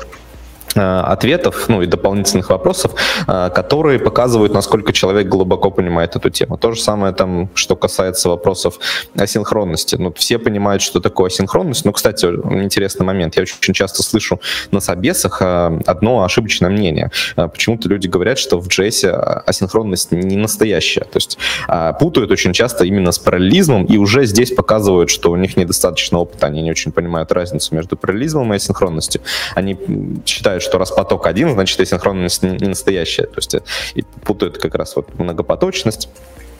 ответов, ну и дополнительных вопросов, которые показывают, насколько человек глубоко понимает эту тему. То же самое там, что касается вопросов асинхронности. Ну, все понимают, что такое асинхронность. Ну, кстати, интересный момент. Я очень часто слышу на собесах одно ошибочное мнение. Почему-то люди говорят, что в джей эс асинхронность не настоящая. То есть путают очень часто именно с параллелизмом, и уже здесь показывают, что у них недостаточно опыта. Они не очень понимают разницу между параллелизмом и асинхронностью. Они считают, что раз поток один, значит, асинхронность не настоящая. То есть и путают как раз вот многопоточность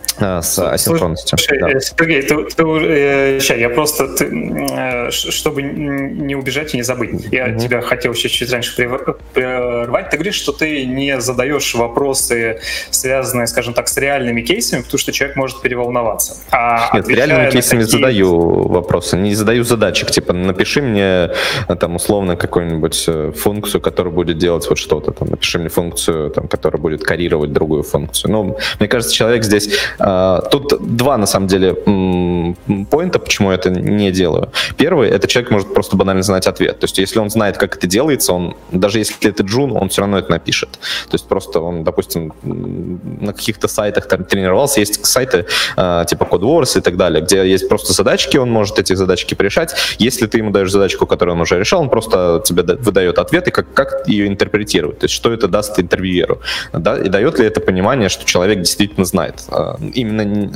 с асинхронностью. Слушай, да. Сергей, ты, ты, э, ща, я просто, ты, э, чтобы не убежать и не забыть, я mm-hmm. тебя хотел еще чуть раньше прервать. Ты говоришь, что ты не задаешь вопросы, связанные, скажем так, с реальными кейсами, потому что человек может переволноваться. А Нет, реальными кейсами такие... задаю вопросы, не задаю задачек, типа напиши мне там условно какую-нибудь функцию, которая будет делать вот что-то, там, напиши мне функцию, там, которая будет коррировать другую функцию. Ну, мне кажется, человек здесь... Тут два, на самом деле, поинта, почему я это не делаю. Первый — это человек может просто банально знать ответ. То есть если он знает, как это делается, он, даже если это джун, он все равно это напишет. То есть просто он, допустим, на каких-то сайтах там тренировался, есть сайты типа CodeWars и так далее, где есть просто задачки, он может эти задачки решать. Если ты ему даешь задачку, которую он уже решал, он просто тебе выдает ответ и как, как ее интерпретировать. То есть что это даст интервьюеру. Да? И дает ли это понимание, что человек действительно знает. Именно не,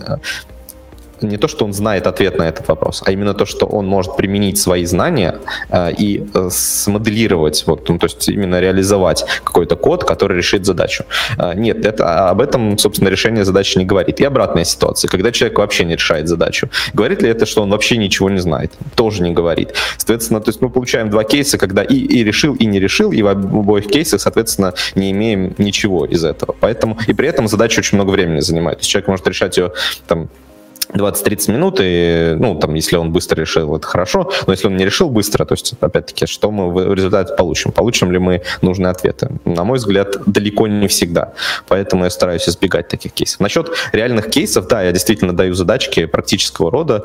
не то, что он знает ответ на этот вопрос, а именно то, что он может применить свои знания э, и э, смоделировать, вот, ну, то есть именно реализовать какой-то код, который решит задачу. Э, нет, это, об этом, собственно, решение задачи не говорит. И обратная ситуация, когда человек вообще не решает задачу. Говорит ли это, что он вообще ничего не знает? Тоже не говорит. Соответственно, то есть мы получаем два кейса, когда и, и решил, и не решил, и в обоих кейсах, соответственно, не имеем ничего из этого. Поэтому, и при этом задача очень много времени занимает. То есть человек может решать ее там двадцать-тридцать минут, и, ну, там, если он быстро решил, это хорошо, но если он не решил быстро, то есть, опять-таки, что мы в результате получим? Получим ли мы нужные ответы? На мой взгляд, далеко не всегда, поэтому я стараюсь избегать таких кейсов. Насчет реальных кейсов, да, я действительно даю задачки практического рода,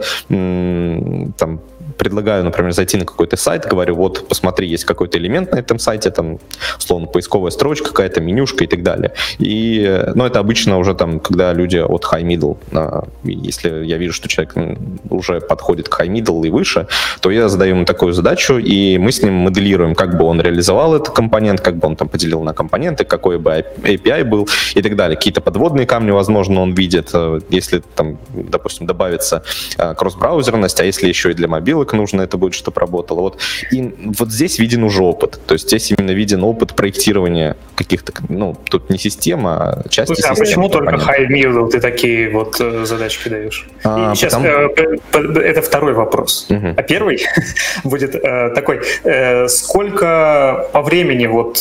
там, предлагаю, например, зайти на какой-то сайт, говорю, вот, посмотри, есть какой-то элемент на этом сайте, там, условно, поисковая строчка, какая-то менюшка и так далее. И, ну, это обычно уже там, когда люди от high-middle, если я вижу, что человек уже подходит к high-middle и выше, то я задаю ему такую задачу, и мы с ним моделируем, как бы он реализовал этот компонент, как бы он там поделил на компоненты, какой бы эй пи ай был и так далее. Какие-то подводные камни, возможно, он видит, если там, допустим, добавится кросс-браузерность, а если еще и для мобилок настроек нужно это будет, чтобы работало. Вот, и вот здесь виден уже опыт. То есть здесь именно виден опыт проектирования каких-то, ну, тут не система, а части Слушай, системы. А почему только high middle ты такие вот э, задачки даешь? А, и сейчас потому... э, это второй вопрос. Угу. А первый будет э, такой, э, сколько по времени вот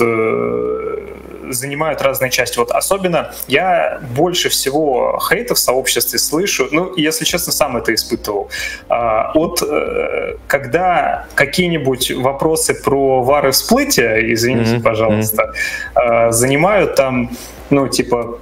э, занимают разные части. Вот особенно я больше всего хейта в сообществе слышу, ну, если честно, сам это испытывал, а, от э, когда какие-нибудь вопросы про вары всплытия, извините, mm-hmm. пожалуйста, mm-hmm. занимают там, ну, типа,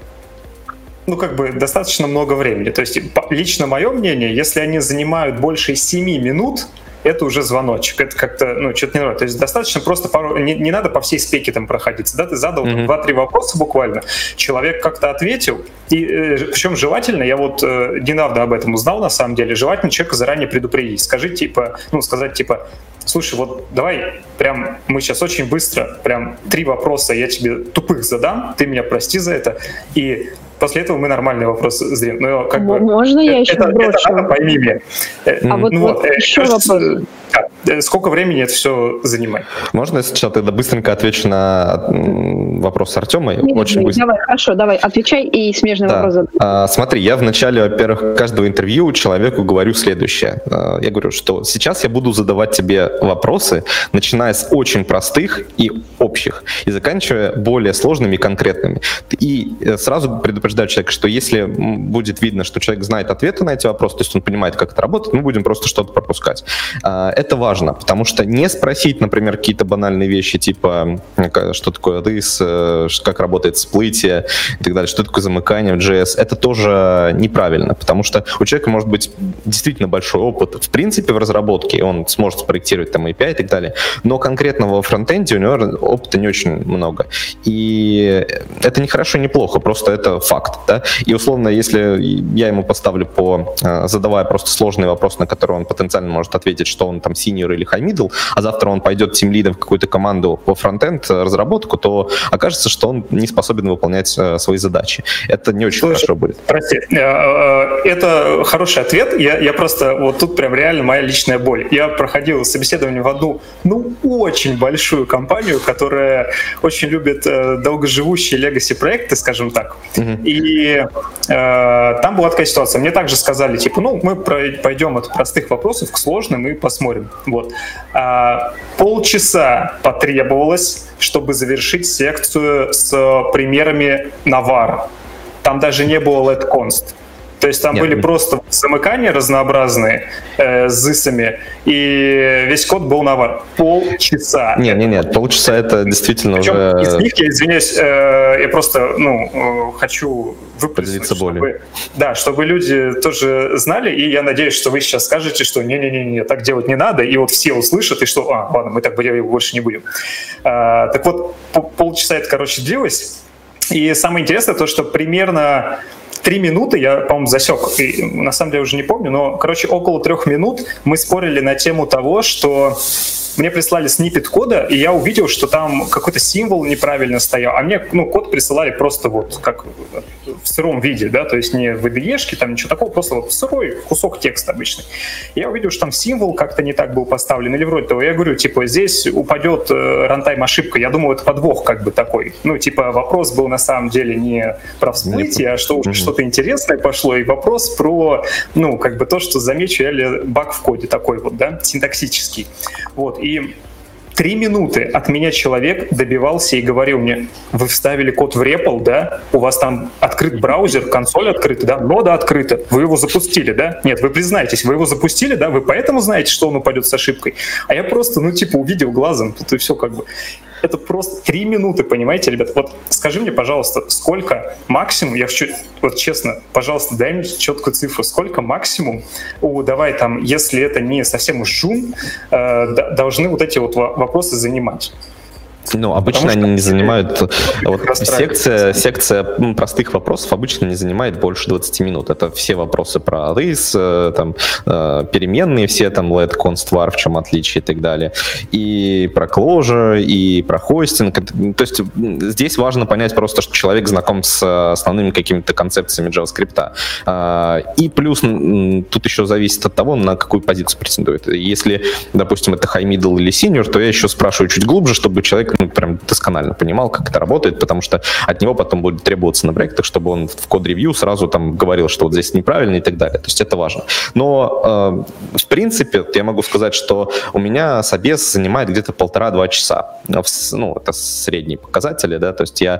ну, как бы достаточно много времени. То есть лично мое мнение, если они занимают больше семи минут, это уже звоночек, это как-то, ну, что-то не нравится. То есть достаточно просто пару, не, не надо по всей спеке там проходиться, да, ты задал mm-hmm. два-три вопроса буквально, человек как-то ответил, и э, причем желательно, я вот э, недавно об этом узнал на самом деле, желательно человека заранее предупредить, скажи типа, ну, сказать типа, слушай, вот давай прям мы сейчас очень быстро, прям три вопроса я тебе тупых задам, ты меня прости за это, и после этого мы нормальный вопрос сделаем. Но как бы, можно я еще это, брошу? Это надо, пойми меня. А вот, ну, вот, вот еще вопрос. Сколько времени это все занимает? Можно я сейчас тогда быстренько отвечу на вопрос Артема? Нет, Очень нет, быстро. Давай, хорошо, давай, отвечай и смежный да. вопрос задай. А, смотри, я в начале, во-первых, каждого интервью человеку говорю следующее. А, я говорю, что сейчас я буду задавать тебе вопросы, начиная с очень простых и общих, и заканчивая более сложными и конкретными. И сразу предупреждаю человека, что если будет видно, что человек знает ответы на эти вопросы, то есть он понимает, как это работает, мы будем просто что-то пропускать. А, это важно, потому что не спросить, например, какие-то банальные вещи, типа, что такое this, как работает всплытие и так далее, что такое замыкание в джей эс, это тоже неправильно, потому что у человека может быть действительно большой опыт, в принципе, в разработке, и он сможет спроектировать там эй пи ай и так далее, но конкретно во фронтенде у него опыта не очень много. И это не хорошо, не плохо, просто это факт, да? И условно, если я ему поставлю по, задавая просто сложный вопрос, на который он потенциально может ответить, что он там senior или high middle, а завтра он пойдет тимлидом в какую-то команду по фронтенд разработку, то окажется, что он не способен выполнять свои задачи. Это не очень Слушай, хорошо будет. Прости, это хороший ответ. Я, я просто, вот тут прям реально моя личная боль. Я проходил собеседование в одну, ну, очень большую компанию, которая очень любит долгоживущие легаси-проекты, скажем так. Mm-hmm. И э, там была такая ситуация. Мне также сказали, типа, ну, мы пойдем от простых вопросов к сложным и посмотрим. Вот. А, полчаса потребовалось, чтобы завершить секцию с примерами навар. Там даже не было let-const. То есть там Нет. были просто замыкания разнообразные э, с зысами, и весь код был навар. Полчаса. Нет, нет, нет, полчаса это действительно Причем уже... из них, я извиняюсь, э, я просто, ну, э, хочу выплеснуть, чтобы, да, чтобы люди тоже знали, и я надеюсь, что вы сейчас скажете, что не-не-не, так делать не надо, и вот все услышат, и что, а, ладно, мы так больше не будем. А, так вот, полчаса это, короче, длилось, и самое интересное то, что примерно Три минуты, я, по-моему, засек, и, на самом деле уже не помню, но, короче, около трех минут мы спорили на тему того, что мне прислали сниппет кода, и я увидел, что там какой-то символ неправильно стоял, а мне, ну, код присылали просто вот как в сыром виде, да, то есть не в ай ди и-шке, там ничего такого, просто вот сырой кусок текста обычный. Я увидел, что там символ как-то не так был поставлен, или вроде того. Я говорю, типа, здесь упадет э, рантайм ошибка. Я думаю, это подвох как бы такой. Ну, типа, вопрос был на самом деле не про всплытие, а что, mm-hmm. что-то интересное пошло, и вопрос про, ну, как бы то, что замечу я ли баг в коде такой вот, да, синтаксический. Вот, и три минуты от меня человек добивался и говорил мне, вы вставили код в репл, да? У вас там открыт браузер, консоль открыта, да? Нода открыта, вы его запустили, да? Нет, вы признаетесь, вы его запустили, да? Вы поэтому знаете, что он упадет с ошибкой? А я просто, ну, типа, увидел глазом, тут и все как бы. Это просто три минуты, понимаете, ребят? Вот скажи мне, пожалуйста, сколько максимум, я хочу, вот честно, пожалуйста, дай мне четкую цифру, сколько максимум, о, давай там, если это не совсем уж джун, э, должны вот эти вот вопросы занимать? Ну, обычно они не занимают... Вот секция, секция простых вопросов обычно не занимает больше двадцати минут. Это все вопросы про arrays, там, переменные все, там, let, const, var, в чем отличие и так далее. И про closure, и про хостинг. То есть здесь важно понять просто, что человек знаком с основными какими-то концепциями JavaScript. И плюс тут еще зависит от того, на какую позицию претендует. Если, допустим, это high, middle или senior, то я еще спрашиваю чуть глубже, чтобы человек ну, прям досконально понимал, как это работает, потому что от него потом будет требоваться на проектах, чтобы он в код-ревью сразу там говорил, что вот здесь неправильно и так далее. То есть это важно. Но э, в принципе я могу сказать, что у меня собес занимает где-то полтора-два часа. Ну, это средние показатели, да, то есть я,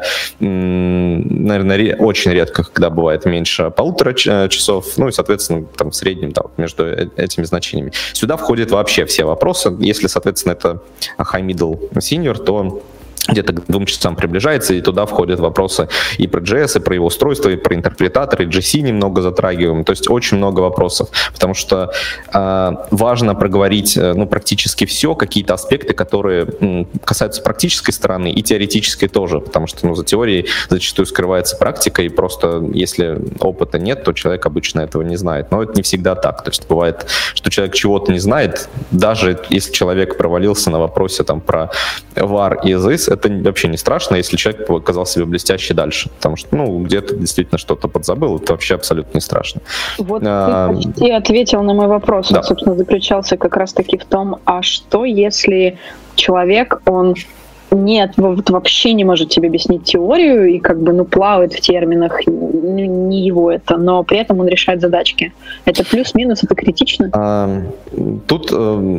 м, наверное, ре- очень редко, когда бывает меньше полутора часов, ну и, соответственно, там в среднем да, между этими значениями. Сюда входят вообще все вопросы. Если, соответственно, это high, middle, senior, то где-то к двум часам приближается, и туда входят вопросы и про джей эс, и про его устройство, и про интерпретатор, и джи си немного затрагиваем. То есть очень много вопросов, потому что э, важно проговорить э, ну, практически все, какие-то аспекты, которые м, касаются практической стороны и теоретической тоже, потому что ну, за теорией зачастую скрывается практика, и просто если опыта нет, то человек обычно этого не знает. Но это не всегда так. То есть бывает, что человек чего-то не знает, даже если человек провалился на вопросе там, про var и this, это вообще не страшно, если человек показал себя блестяще дальше, потому что, ну, где-то действительно что-то подзабыл, это вообще абсолютно не страшно. Вот а, ты почти ответил на мой вопрос, да. Он, собственно, заключался как раз-таки в том, а что если человек, он нет, вот вообще не может тебе объяснить теорию и как бы, ну, плавает в терминах, не его это, но при этом он решает задачки. Это плюс-минус, это критично? А, тут э,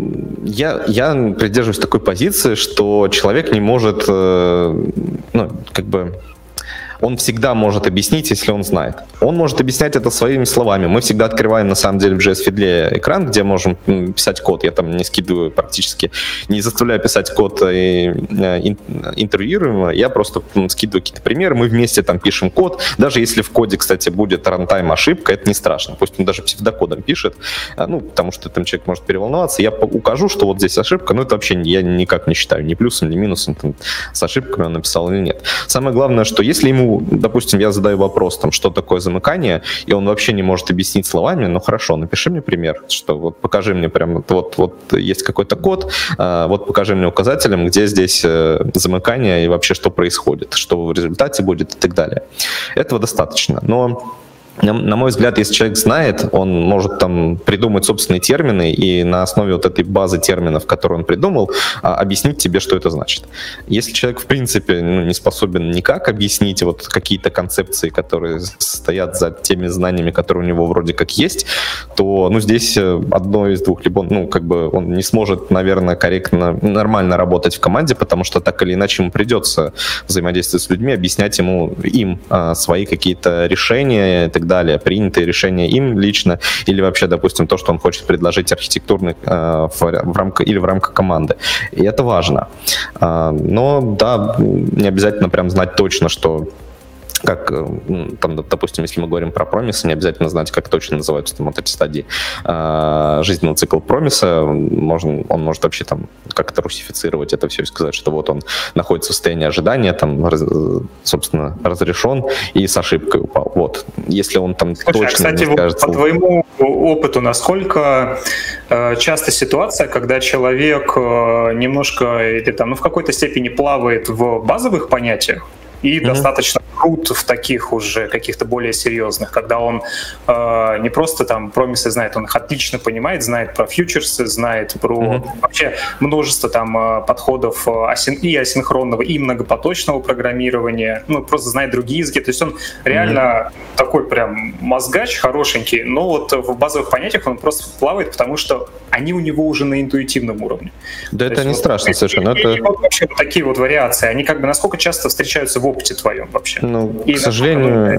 я, я придерживаюсь такой позиции, что человек не может, э, ну, как бы... Он всегда может объяснить, если он знает. Он может объяснять это своими словами. Мы всегда открываем, на самом деле, в джей эс-фидле экран, где можем писать код. Я там не скидываю практически, не заставляю писать код и, и, интервьюируемого. Я просто скидываю какие-то примеры. Мы вместе там пишем код. Даже если в коде, кстати, будет рантайм ошибка, это не страшно. Пусть он даже псевдокодом пишет, ну, потому что там человек может переволноваться. Я укажу, что вот здесь ошибка, но это вообще я никак не считаю ни плюсом, ни минусом, там, с ошибками он написал или нет. Самое главное, что если ему допустим, я задаю вопрос, там, что такое замыкание, и он вообще не может объяснить словами, ну хорошо, напиши мне пример, что вот покажи мне прям, вот, вот есть какой-то код, а, вот покажи мне указателем, где здесь замыкание и вообще что происходит, что в результате будет и так далее. Этого достаточно, но... На, на мой взгляд, если человек знает, он может там придумать собственные термины и на основе вот этой базы терминов, которую он придумал, а, объяснить тебе, что это значит. Если человек, в принципе, ну, не способен никак объяснить вот какие-то концепции, которые стоят за теми знаниями, которые у него вроде как есть, то ну, здесь одно из двух. Либо он, ну, как бы он не сможет, наверное, корректно, нормально работать в команде, потому что так или иначе ему придется взаимодействовать с людьми, объяснять ему, им а, свои какие-то решения и так далее. далее, принятые решения им лично, или вообще, допустим, то, что он хочет предложить архитектурный э, в, в рамках или в рамках команды. И это важно. Э, но, да, не обязательно прям знать точно, что как, там, допустим, если мы говорим про промисы, не обязательно знать, как точно называются там вот эти стадии э, жизненного цикла промиса. Можно, он может вообще там как-то русифицировать это все и сказать, что вот он находится в состоянии ожидания, там, раз, собственно, разрешен и с ошибкой упал. Вот. Если он там Слушай, точно кстати, не скажет... по твоему опыту, насколько э, часто ситуация, когда человек э, немножко или там, ну, в какой-то степени плавает в базовых понятиях, и mm-hmm. достаточно крут в таких уже каких-то более серьезных, когда он э, не просто там промисы знает, он их отлично понимает, знает про фьючерсы, знает про mm-hmm. вообще множество там э, подходов асин- и асинхронного, и многопоточного программирования, ну, просто знает другие языки, то есть он реально mm-hmm. такой прям мозгач хорошенький, но вот в базовых понятиях он просто плавает, потому что они у него уже на интуитивном уровне. Да, то это не вот, страшно совершенно. И, это... и вот вообще такие вот вариации, они как бы насколько часто встречаются в опыте твоем вообще? Ну, и к сожалению,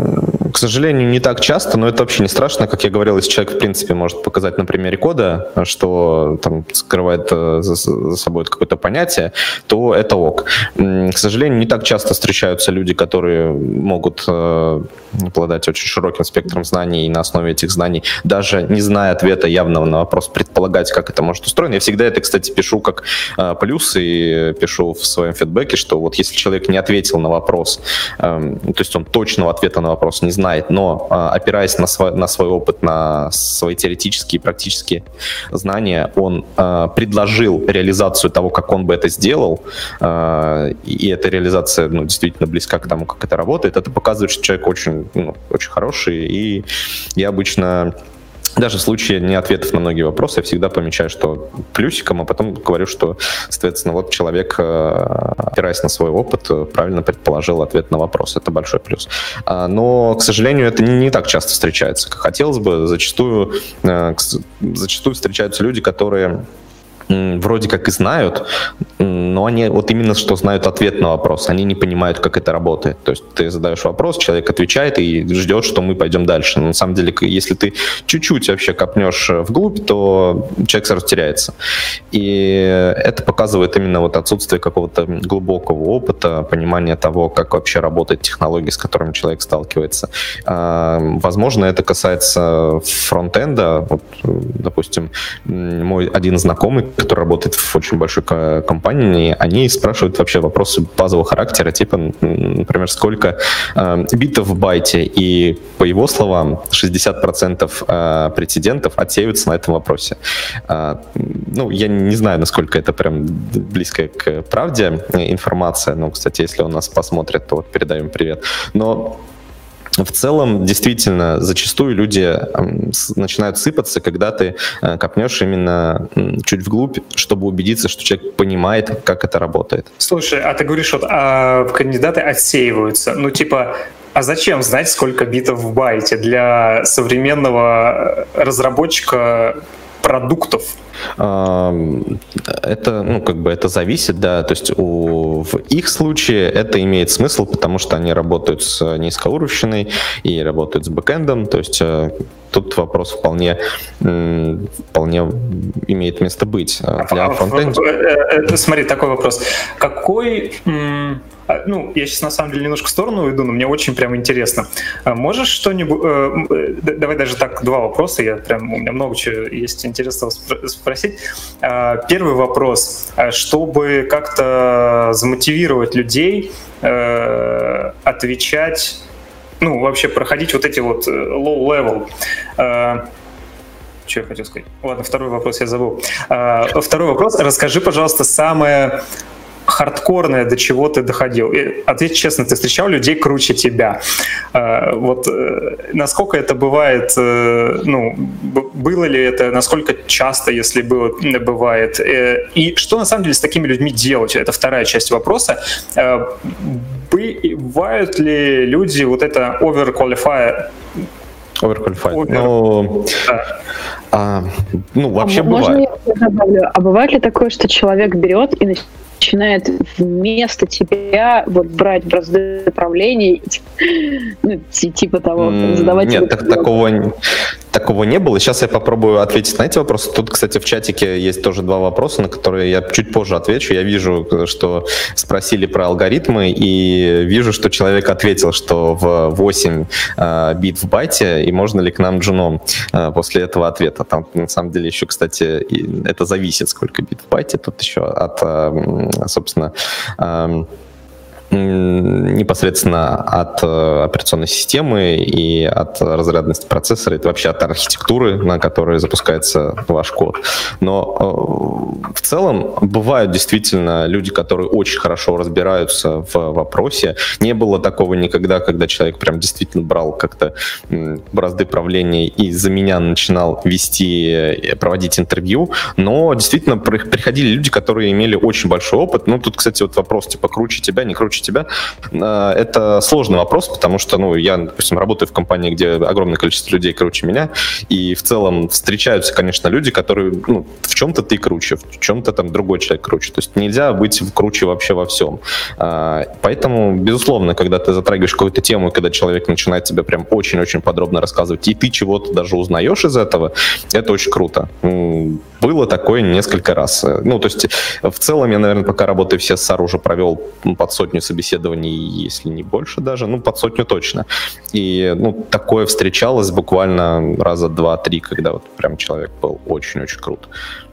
К сожалению, не так часто, но это вообще не страшно. Как я говорил, если человек, в принципе, может показать на примере кода, что там скрывает за, за собой какое-то понятие, то это ок. К сожалению, не так часто встречаются люди, которые могут э, обладать очень широким спектром знаний, и на основе этих знаний, даже не зная ответа явного на вопрос, предполагать, как это может устроено. Я всегда это, кстати, пишу как э, плюс и пишу в своем фидбэке, что вот если человек не ответил на вопрос, э, то есть он точного ответа на вопрос не знает, но э, опираясь на свой, на свой опыт, на свои теоретические и практические знания, он э, предложил реализацию того, как он бы это сделал, э, и эта реализация ну, действительно близка к тому, как это работает, это показывает, что человек очень, ну, очень хороший, и я обычно... Даже в случае не ответов на многие вопросы я всегда помечаю, что плюсиком, а потом говорю, что, соответственно, вот человек, опираясь на свой опыт, правильно предположил ответ на вопрос. Это большой плюс. Но, к сожалению, это не, не так часто встречается, как хотелось бы. Зачастую, зачастую встречаются люди, которые вроде как и знают, но они вот именно что знают ответ на вопрос, они не понимают, как это работает. То есть ты задаешь вопрос, человек отвечает и ждет, что мы пойдем дальше. Но на самом деле, если ты чуть-чуть вообще копнешь вглубь, то человек сразу теряется. И это показывает именно вот отсутствие какого-то глубокого опыта, понимания того, как вообще работает технология, с которыми человек сталкивается. Возможно, это касается фронтенда. Вот, допустим, мой один знакомый, который работает в очень большой компании, они спрашивают вообще вопросы базового характера, типа, например, сколько э, битов в байте, и по его словам, шестьдесят процентов э, прецедентов отсеиваются на этом вопросе. Э, ну, я не знаю, насколько это прям близко к правде информация, но, кстати, если он нас посмотрит, то вот передаем привет. Но в целом, действительно, зачастую люди э, с, начинают сыпаться, когда ты э, копнешь именно э, чуть вглубь, чтобы убедиться, что человек понимает, как это работает. Слушай, а ты говоришь, вот а кандидаты отсеиваются. Ну, типа, а зачем знать, сколько битов в байте для современного разработчика продуктов? Это, ну, как бы это зависит, да, то есть у, в их случае это имеет смысл, потому что они работают с низкоуровневой и работают с бэкэндом, то есть тут вопрос вполне, вполне имеет место быть. Для фронтенда... Смотри, такой вопрос. Какой... Ну, я сейчас на самом деле немножко в сторону уйду, но мне очень прям интересно. Можешь что-нибудь... Давай даже так, два вопроса, я прям, у меня много чего есть интересного спросить. Первый вопрос. Чтобы как-то замотивировать людей отвечать, ну, вообще проходить вот эти вот low-level... Что я хотел сказать? Ладно, второй вопрос я забыл. Второй вопрос. Расскажи, пожалуйста, самое... хардкорное, до чего ты доходил. И, ответь честно, ты встречал людей круче тебя. А, вот насколько это бывает, ну, было ли это, насколько часто, если было, бывает, и что на самом деле с такими людьми делать? Это вторая часть вопроса. Бывают ли люди вот это overqualified? Overqualified. Over... Ну, да. а, ну, вообще а, бывает. Можно я добавлю? А бывает ли такое, что человек берет и начинает вместо тебя вот брать бразды управления, ну, типа того, задавать... Нет, так, такого, такого не было. Сейчас я попробую ответить на эти вопросы. Тут, кстати, в чатике есть тоже два вопроса, на которые я чуть позже отвечу. Я вижу, что спросили про алгоритмы, и вижу, что человек ответил, что в восемь э, бит в байте, и можно ли к нам джуном э, после этого ответа. Там, на самом деле, еще, кстати, это зависит, сколько бит в байте. Тут еще от... Э, собственно, непосредственно от операционной системы и от разрядности процессора, это вообще от архитектуры, на которой запускается ваш код. Но в целом бывают действительно люди, которые очень хорошо разбираются в вопросе. Не было такого никогда, когда человек прям действительно брал как-то бразды правления и за меня начинал вести, проводить интервью, но действительно приходили люди, которые имели очень большой опыт. Ну, тут, кстати, вот вопрос, типа, круче тебя, не круче круче тебя. Это сложный вопрос, потому что, ну, я, допустим, работаю в компании, где огромное количество людей круче меня, и в целом встречаются, конечно, люди, которые, ну, в чем-то ты круче, в чем-то там другой человек круче. То есть нельзя быть круче вообще во всем. Поэтому, безусловно, когда ты затрагиваешь какую-то тему, и когда человек начинает тебе прям очень-очень подробно рассказывать, и ты чего-то даже узнаешь из этого, это очень круто. Было такое несколько раз. Ну, то есть, в целом, я, наверное, пока работаю в си эс ар, уже провел под сотню собеседований, если не больше даже, ну, под сотню точно. И, ну, такое встречалось буквально раза два-три, когда вот прям человек был очень-очень крут.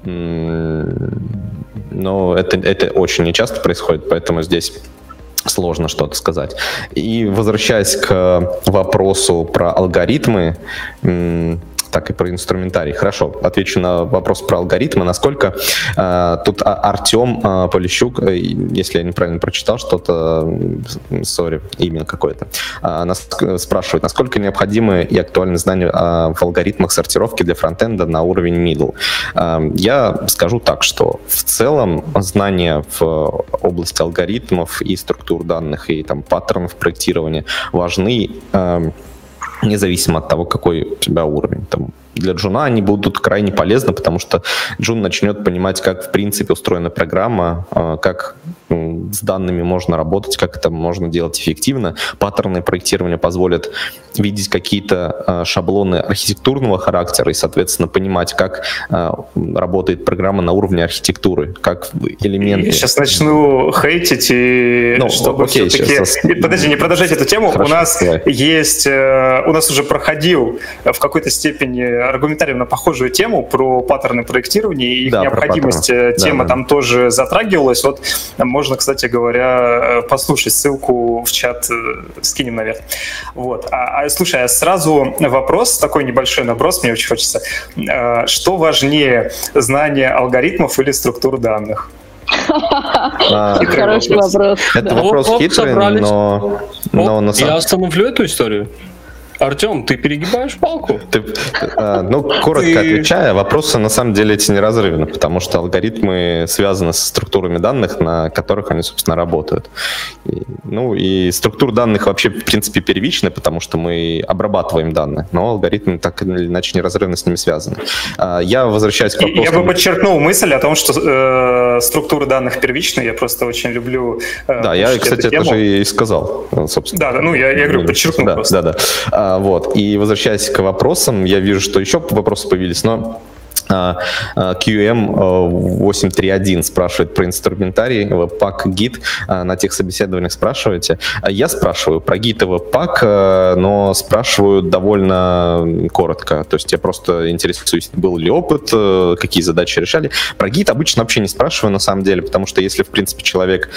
Но это, это очень нечасто происходит, поэтому здесь сложно что-то сказать. И возвращаясь к вопросу про алгоритмы, так и про инструментарий. Хорошо, отвечу на вопрос про алгоритмы. Насколько э, тут Артем э, Полищук, э, если я неправильно прочитал что-то, сори, имя какое-то, э, нас, спрашивает, насколько необходимы и актуальны знания э, в алгоритмах сортировки для фронтенда на уровень middle. Э, я скажу так, что в целом знания в области алгоритмов и структур данных, и там паттернов проектирования важны, э, независимо от того, какой у тебя уровень. Там, для джуна они будут крайне полезны, потому что джун начнет понимать, как в принципе устроена программа, как с данными можно работать, как это можно делать эффективно. Паттерны проектирования позволят видеть какие-то шаблоны архитектурного характера и, соответственно, понимать, как работает программа на уровне архитектуры, как элементы... Я сейчас начну хейтить, и ну, чтобы окей, все-таки... Сейчас... Подожди, не продолжайте эту тему. Хорошо, у нас давай. есть... У нас уже проходил в какой-то степени аргументарием на похожую тему про паттерны проектирования и их да, необходимость. Тема да, там да. тоже затрагивалась. Вот можно, кстати говоря, послушать, ссылку в чат скинем наверх. Вот. А, а, слушай, а сразу вопрос, такой небольшой наброс, мне очень хочется. Что важнее, знание алгоритмов или структур данных? Хороший вопрос. Это вопрос хитрый, но... Я остановлю эту историю. Артем, ты перегибаешь палку? Ты, э, ну, коротко ты... отвечая, вопросы на самом деле эти неразрывны, потому что алгоритмы связаны со структурами данных, на которых они, собственно, работают. И, ну, и структура данных вообще, в принципе, первичны, потому что мы обрабатываем данные, но алгоритмы так или иначе неразрывно с ними связаны. Э, я возвращаюсь к вопросу... Я бы подчеркнул мысль о том, что э, структуры данных первичны, я просто очень люблю... Э, да, я, кстати, это же и сказал, собственно. Да, да, ну, я, я говорю, подчеркнул да, просто. Да, да. Вот. И возвращаясь к вопросам, я вижу, что еще вопросы появились, но кью эм восемь три один спрашивает про инструментарий, Webpack, Git. На тех собеседованиях спрашиваете. Я спрашиваю про Git и Webpack, но спрашиваю довольно коротко. То есть я просто интересуюсь, был ли опыт, какие задачи решали. Про Git обычно вообще не спрашиваю, на самом деле, потому что если, в принципе, человек...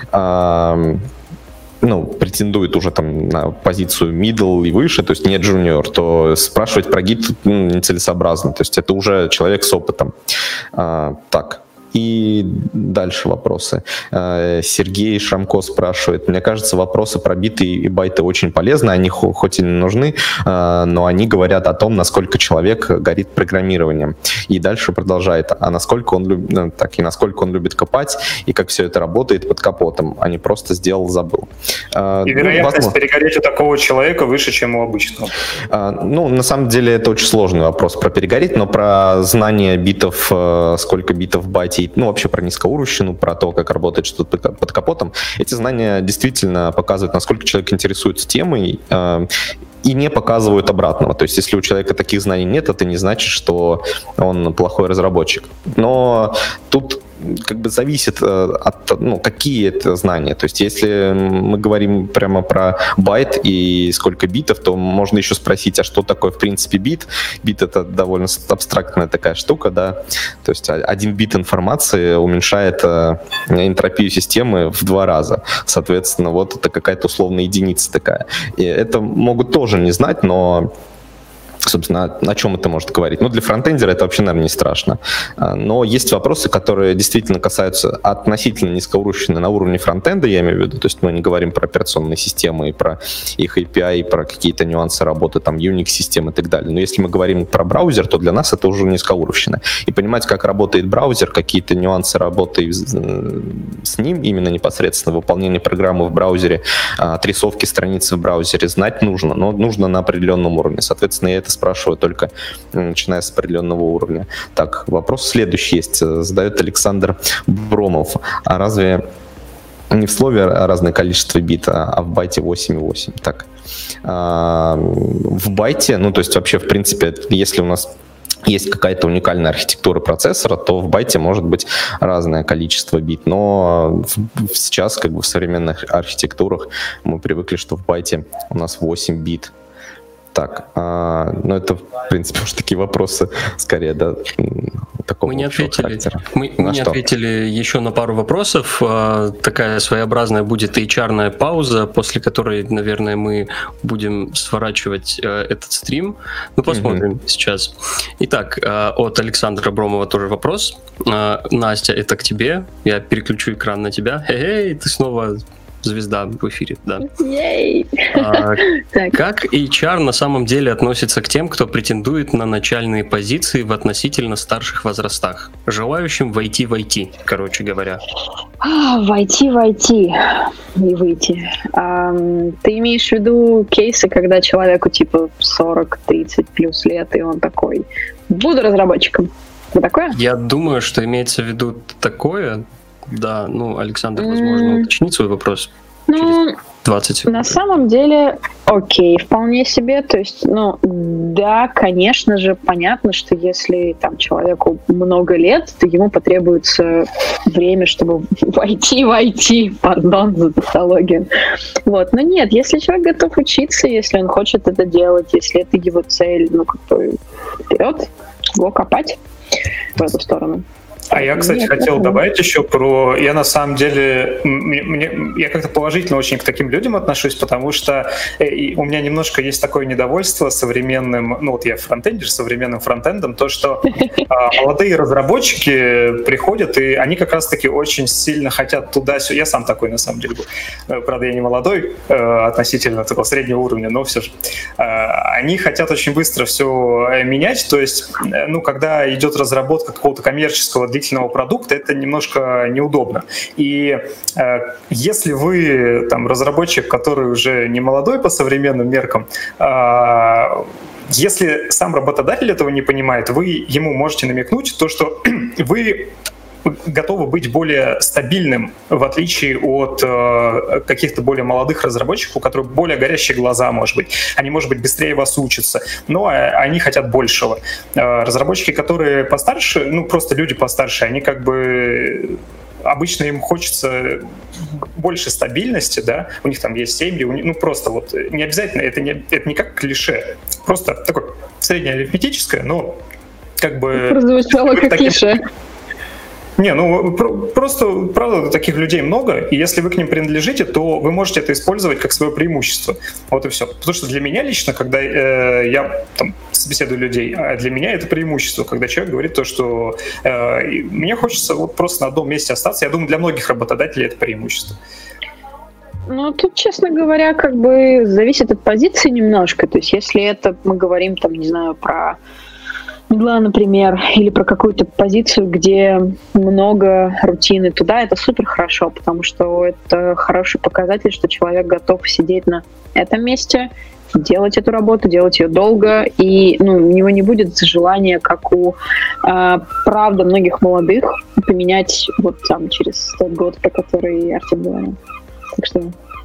ну, претендует уже там на позицию middle и выше, то есть не junior, то спрашивать про Git ну, нецелесообразно. То есть это уже человек с опытом. А, так. И дальше вопросы. Сергей Шрамко спрашивает. Мне кажется, вопросы про биты и байты очень полезны. Они хоть и не нужны, но они говорят о том, насколько человек горит программированием. И дальше продолжает. А насколько он любит, так, и насколько он любит копать, и как все это работает под капотом, а не просто сделал, забыл. И ну, вероятность возможно... перегореть у такого человека выше, чем у обычного. Ну, на самом деле, это очень сложный вопрос про перегореть, но про знание битов, сколько битов в байте, ну, вообще про низкоуровневщину, про то, как работает что-то под капотом. Эти знания действительно показывают, насколько человек интересуется темой, э, и не показывают обратного. То есть, если у человека таких знаний нет, это не значит, что он плохой разработчик. Но тут как бы зависит от, ну, какие это знания. То есть, если мы говорим прямо про байт и сколько битов, то можно еще спросить, а что такое в принципе бит? Бит — это довольно абстрактная такая штука, да. То есть, один бит информации уменьшает энтропию системы в два раза. Соответственно, вот это какая-то условная единица такая. И это могут тоже не знать, но собственно, о, о чем это может говорить. Ну, для фронтендера это вообще, наверное, не страшно. Но есть вопросы, которые действительно касаются относительно низкоуровневой на уровне фронтенда, я имею в виду. То есть мы не говорим про операционные системы и про их эй пи ай, и про какие-то нюансы работы, там, Unix-системы и так далее. Но если мы говорим про браузер, то для нас это уже низкоуровневая. И понимать, как работает браузер, какие-то нюансы работы с ним, именно непосредственно выполнение программы в браузере, отрисовки страницы в браузере, знать нужно, но нужно на определенном уровне. Соответственно, я это спрашиваю только начиная с определенного уровня. Так, вопрос следующий есть. Задает Александр Бромов. А разве не в слове разное количество бит, а в байте восемь и восемь? Так. А, в байте, ну, то есть вообще, в принципе, если у нас есть какая-то уникальная архитектура процессора, то в байте может быть разное количество бит. Но сейчас, как бы в современных архитектурах, мы привыкли, что в байте у нас восемь бит. Так, а, ну это, в принципе, уж такие вопросы, скорее, да, такого мы не ответили, характера. Мы, мы не ответили еще на пару вопросов. А, такая своеобразная будет эйч ар-ная пауза, после которой, наверное, мы будем сворачивать а, этот стрим. Ну, посмотрим mm-hmm. сейчас. Итак, а, от Александра Бромова тоже вопрос. А, Настя, это к тебе. Я переключу экран на тебя. Эй, ты снова... звезда в эфире, да. Ей! А, как эйч ар на самом деле относится к тем, кто претендует на начальные позиции в относительно старших возрастах? Желающим войти в ай ти, короче говоря. А, войти в ай ти и выйти. А, ты имеешь в виду кейсы, когда человеку типа сорок-тридцать плюс лет, и он такой, буду разработчиком? Вот такое? Я думаю, что имеется в виду такое... Да, ну, Александр, возможно, mm. уточнит свой вопрос ну, через двадцать секунд. На самом деле, окей, вполне себе. То есть, ну, да, конечно же, понятно, что если там человеку много лет, то ему потребуется время, чтобы войти в ай ти, пардон за тавтологию. Вот, но нет, если человек готов учиться, если он хочет это делать, если это его цель, ну, как бы вперед, его копать в эту сторону. А я, кстати, Нет, хотел добавить еще про... Я на самом деле... Мне, я как-то положительно очень к таким людям отношусь, потому что у меня немножко есть такое недовольство современным... Ну вот я фронтендер, современным фронтендом, то, что молодые разработчики приходят, и они как раз-таки очень сильно хотят туда-сюда... Я сам такой, на самом деле, был. Правда, я не молодой, относительно такого среднего уровня, но все же. Они хотят очень быстро все менять, то есть, ну, когда идет разработка какого-то коммерческого длительного продукта, это немножко неудобно. И э, если вы там разработчик, который уже не молодой по современным меркам, э, если сам работодатель этого не понимает, вы ему можете намекнуть то, что вы готовы быть более стабильным, в отличие от э, каких-то более молодых разработчиков, у которых более горящие глаза, может быть. Они, может быть, быстрее вас учатся, но они хотят большего. Э, разработчики, которые постарше, ну, просто люди постарше, они как бы... Обычно им хочется больше стабильности, да, у них там есть семьи, у них, ну, просто вот не обязательно, это не, это не как клише, просто такое среднеарифметическое, но как бы... Прозвучало как таким... клише. Не, ну просто, правда, таких людей много, и если вы к ним принадлежите, то вы можете это использовать как свое преимущество. Вот и все. Потому что для меня лично, когда э, я там собеседую людей, а для меня это преимущество, когда человек говорит то, что э, мне хочется вот просто на одном месте остаться. Я думаю, для многих работодателей это преимущество. Ну, тут, честно говоря, как бы зависит от позиции немножко. То есть если это мы говорим, там, не знаю, про... Медла, например, или про какую-то позицию, где много рутины, туда это супер хорошо, потому что это хороший показатель, что человек готов сидеть на этом месте, делать эту работу, делать ее долго, и ну, у него не будет желания, как у э, правда многих молодых, поменять вот там через тот год, про который Артем говорил. Так что...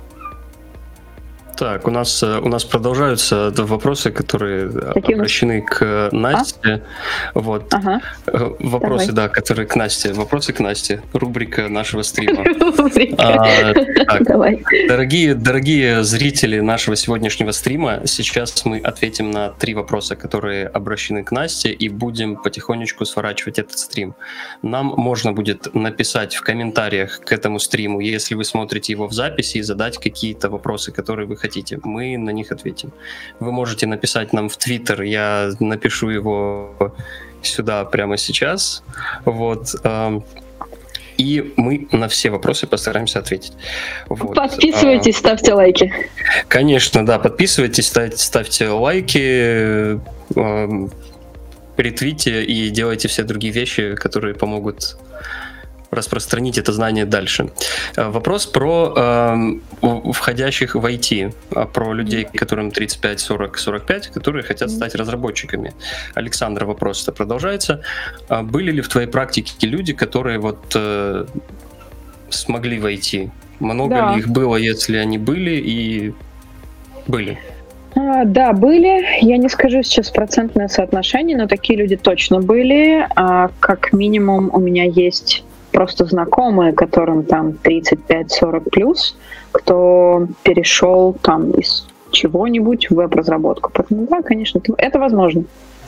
Так, у нас, у нас продолжаются вопросы, которые Какие обращены к Насте. А? Вот. Ага. Вопросы, Давай. да, которые к Насте. Вопросы к Насте. Рубрика нашего стрима. А, так, Давай. Дорогие, дорогие зрители нашего сегодняшнего стрима, сейчас мы ответим на три вопроса, которые обращены к Насте, и будем потихонечку сворачивать этот стрим. Нам можно будет написать в комментариях к этому стриму, если вы смотрите его в записи, и задать какие-то вопросы, которые вы хотите хотите, мы на них ответим. Вы можете написать нам в Твиттер, я напишу его сюда прямо сейчас. Вот. И мы на все вопросы постараемся ответить. Вот. Подписывайтесь, а, ставьте лайки. Конечно, да, подписывайтесь, ставьте, ставьте лайки, э, ретвите и делайте все другие вещи, которые помогут распространить это знание дальше. Вопрос про э, входящих в ай ти, про людей, которым тридцать пять, сорок, сорок пять, которые хотят стать разработчиками. Александр, вопрос-то продолжается. Были ли в твоей практике люди, которые вот э, смогли войти? Много да. ли их было, если они были, и были? А, да, были. Я не скажу сейчас процентное соотношение, но такие люди точно были. А, как минимум у меня есть просто знакомые, которым там тридцать пять сорок плюс, кто перешел там из чего-нибудь в веб-разработку. Поэтому да, конечно, это возможно.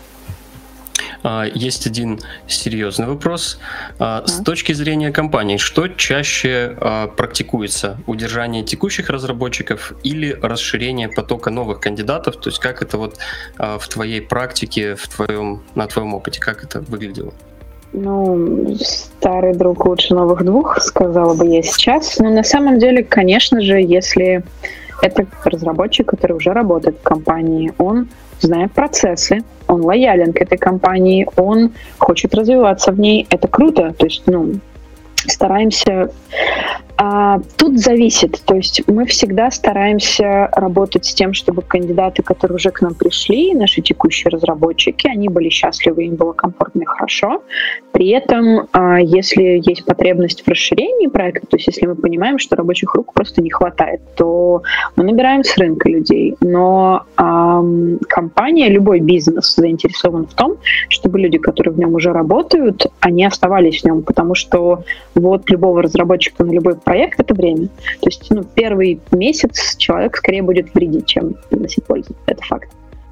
Есть один серьезный вопрос. С точки зрения компании, что чаще практикуется? Удержание текущих разработчиков или расширение потока новых кандидатов? То есть как это вот в твоей практике, в твоем, на твоем опыте, как это выглядело? Ну, старый друг лучше новых двух, сказала бы я сейчас. Но на самом деле, конечно же, если это разработчик, который уже работает в компании, он знает процессы, он лоялен к этой компании, он хочет развиваться в ней, это круто. То есть, ну, стараемся... А, тут зависит, то есть мы всегда стараемся работать с тем, чтобы кандидаты, которые уже к нам пришли, наши текущие разработчики, они были счастливы, им было комфортно и хорошо. При этом, а, если есть потребность в расширении проекта, то есть если мы понимаем, что рабочих рук просто не хватает, то мы набираем с рынка людей. Но а, компания, любой бизнес заинтересован в том, чтобы люди, которые в нем уже работают, они оставались в нем, потому что вот любого разработчика на любой проект — это время. То есть, ну, первый месяц человек скорее будет вредить, чем приносить пользу. Это факт.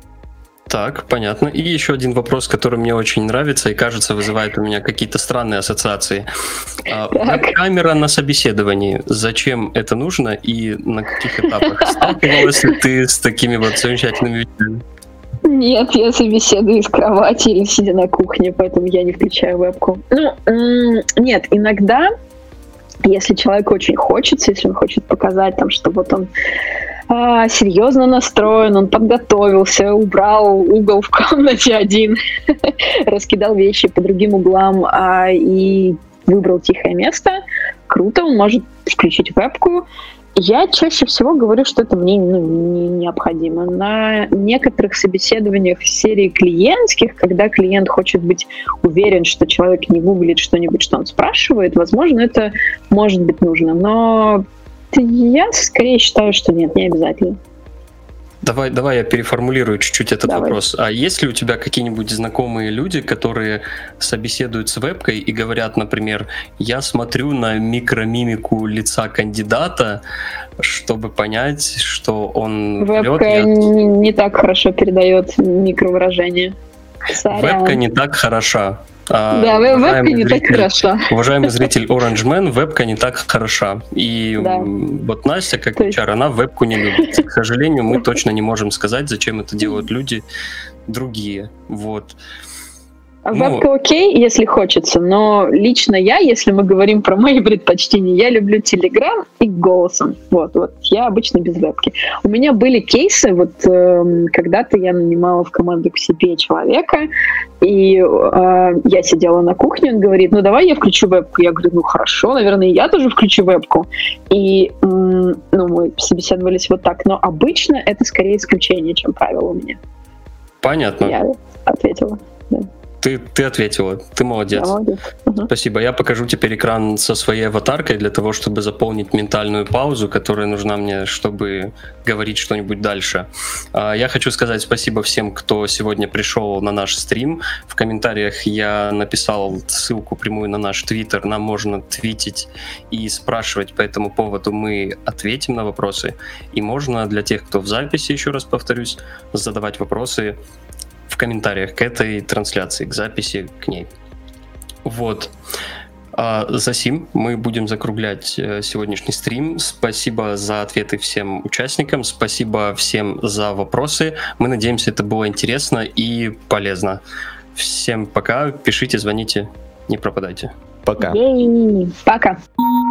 Так, понятно. И еще один вопрос, который мне очень нравится и, кажется, вызывает у меня какие-то странные ассоциации. Веб-камера на собеседовании. Зачем это нужно и на каких этапах? Сталкивалась ли ты с такими вот замечательными вещами? Нет, я собеседую из кровати или сидя на кухне, поэтому я не включаю вебку. Ну, нет, иногда, если человеку очень хочется, если он хочет показать, там, что вот он а, серьезно настроен, он подготовился, убрал угол в комнате один, раскидал вещи по другим углам а, и выбрал тихое место, круто, он может включить вебку. Я чаще всего говорю, что это мне ну, не необходимо. На некоторых собеседованиях серии клиентских, когда клиент хочет быть уверен, что человек не гуглит что-нибудь, что он спрашивает, возможно, это может быть нужно. Но я скорее считаю, что нет, не обязательно. Давай, давай я переформулирую чуть-чуть этот Давай. вопрос. А есть ли у тебя какие-нибудь знакомые люди, которые собеседуют с вебкой и говорят, например, я смотрю на микромимику лица кандидата, чтобы понять, что он вебка врет? Я... не, не так хорошо передает микровыражение. Сорян. Вебка не так хороша. А, да, вебка не зритель, так хороша. Уважаемый зритель OrangeMan, вебка не так хороша. И да. вот Настя, как эйч ар, она вебку не любит. К сожалению, мы точно не можем сказать, зачем это делают люди другие. Вот. Вебка ну, окей, если хочется, но лично я, если мы говорим про мои предпочтения, я люблю Telegram и голосом. Вот, вот. Я обычно без вебки. У меня были кейсы, вот э, когда-то я нанимала в команду к себе человека, и э, я сидела на кухне, он говорит, ну давай я включу вебку. Я говорю, ну хорошо, наверное, я тоже включу вебку. И э, ну, мы собеседовались вот так, но обычно это скорее исключение, чем правило у меня. Понятно. Я ответила, да. Ты, ты ответила, ты молодец. молодец. Угу. Спасибо. Я покажу теперь экран со своей аватаркой для того, чтобы заполнить ментальную паузу, которая нужна мне, чтобы говорить что-нибудь дальше. Я хочу сказать спасибо всем, кто сегодня пришел на наш стрим. В комментариях я написал ссылку прямую на наш твиттер. Нам можно твитить и спрашивать по этому поводу. Мы ответим на вопросы. И можно для тех, кто в записи, еще раз повторюсь, задавать вопросы в комментариях к этой трансляции, к записи к ней. Вот. А за сим мы будем закруглять сегодняшний стрим. Спасибо за ответы всем участникам, спасибо всем за вопросы. Мы надеемся, это было интересно и полезно. Всем пока, пишите, звоните, не пропадайте. Пока. Ей, пока.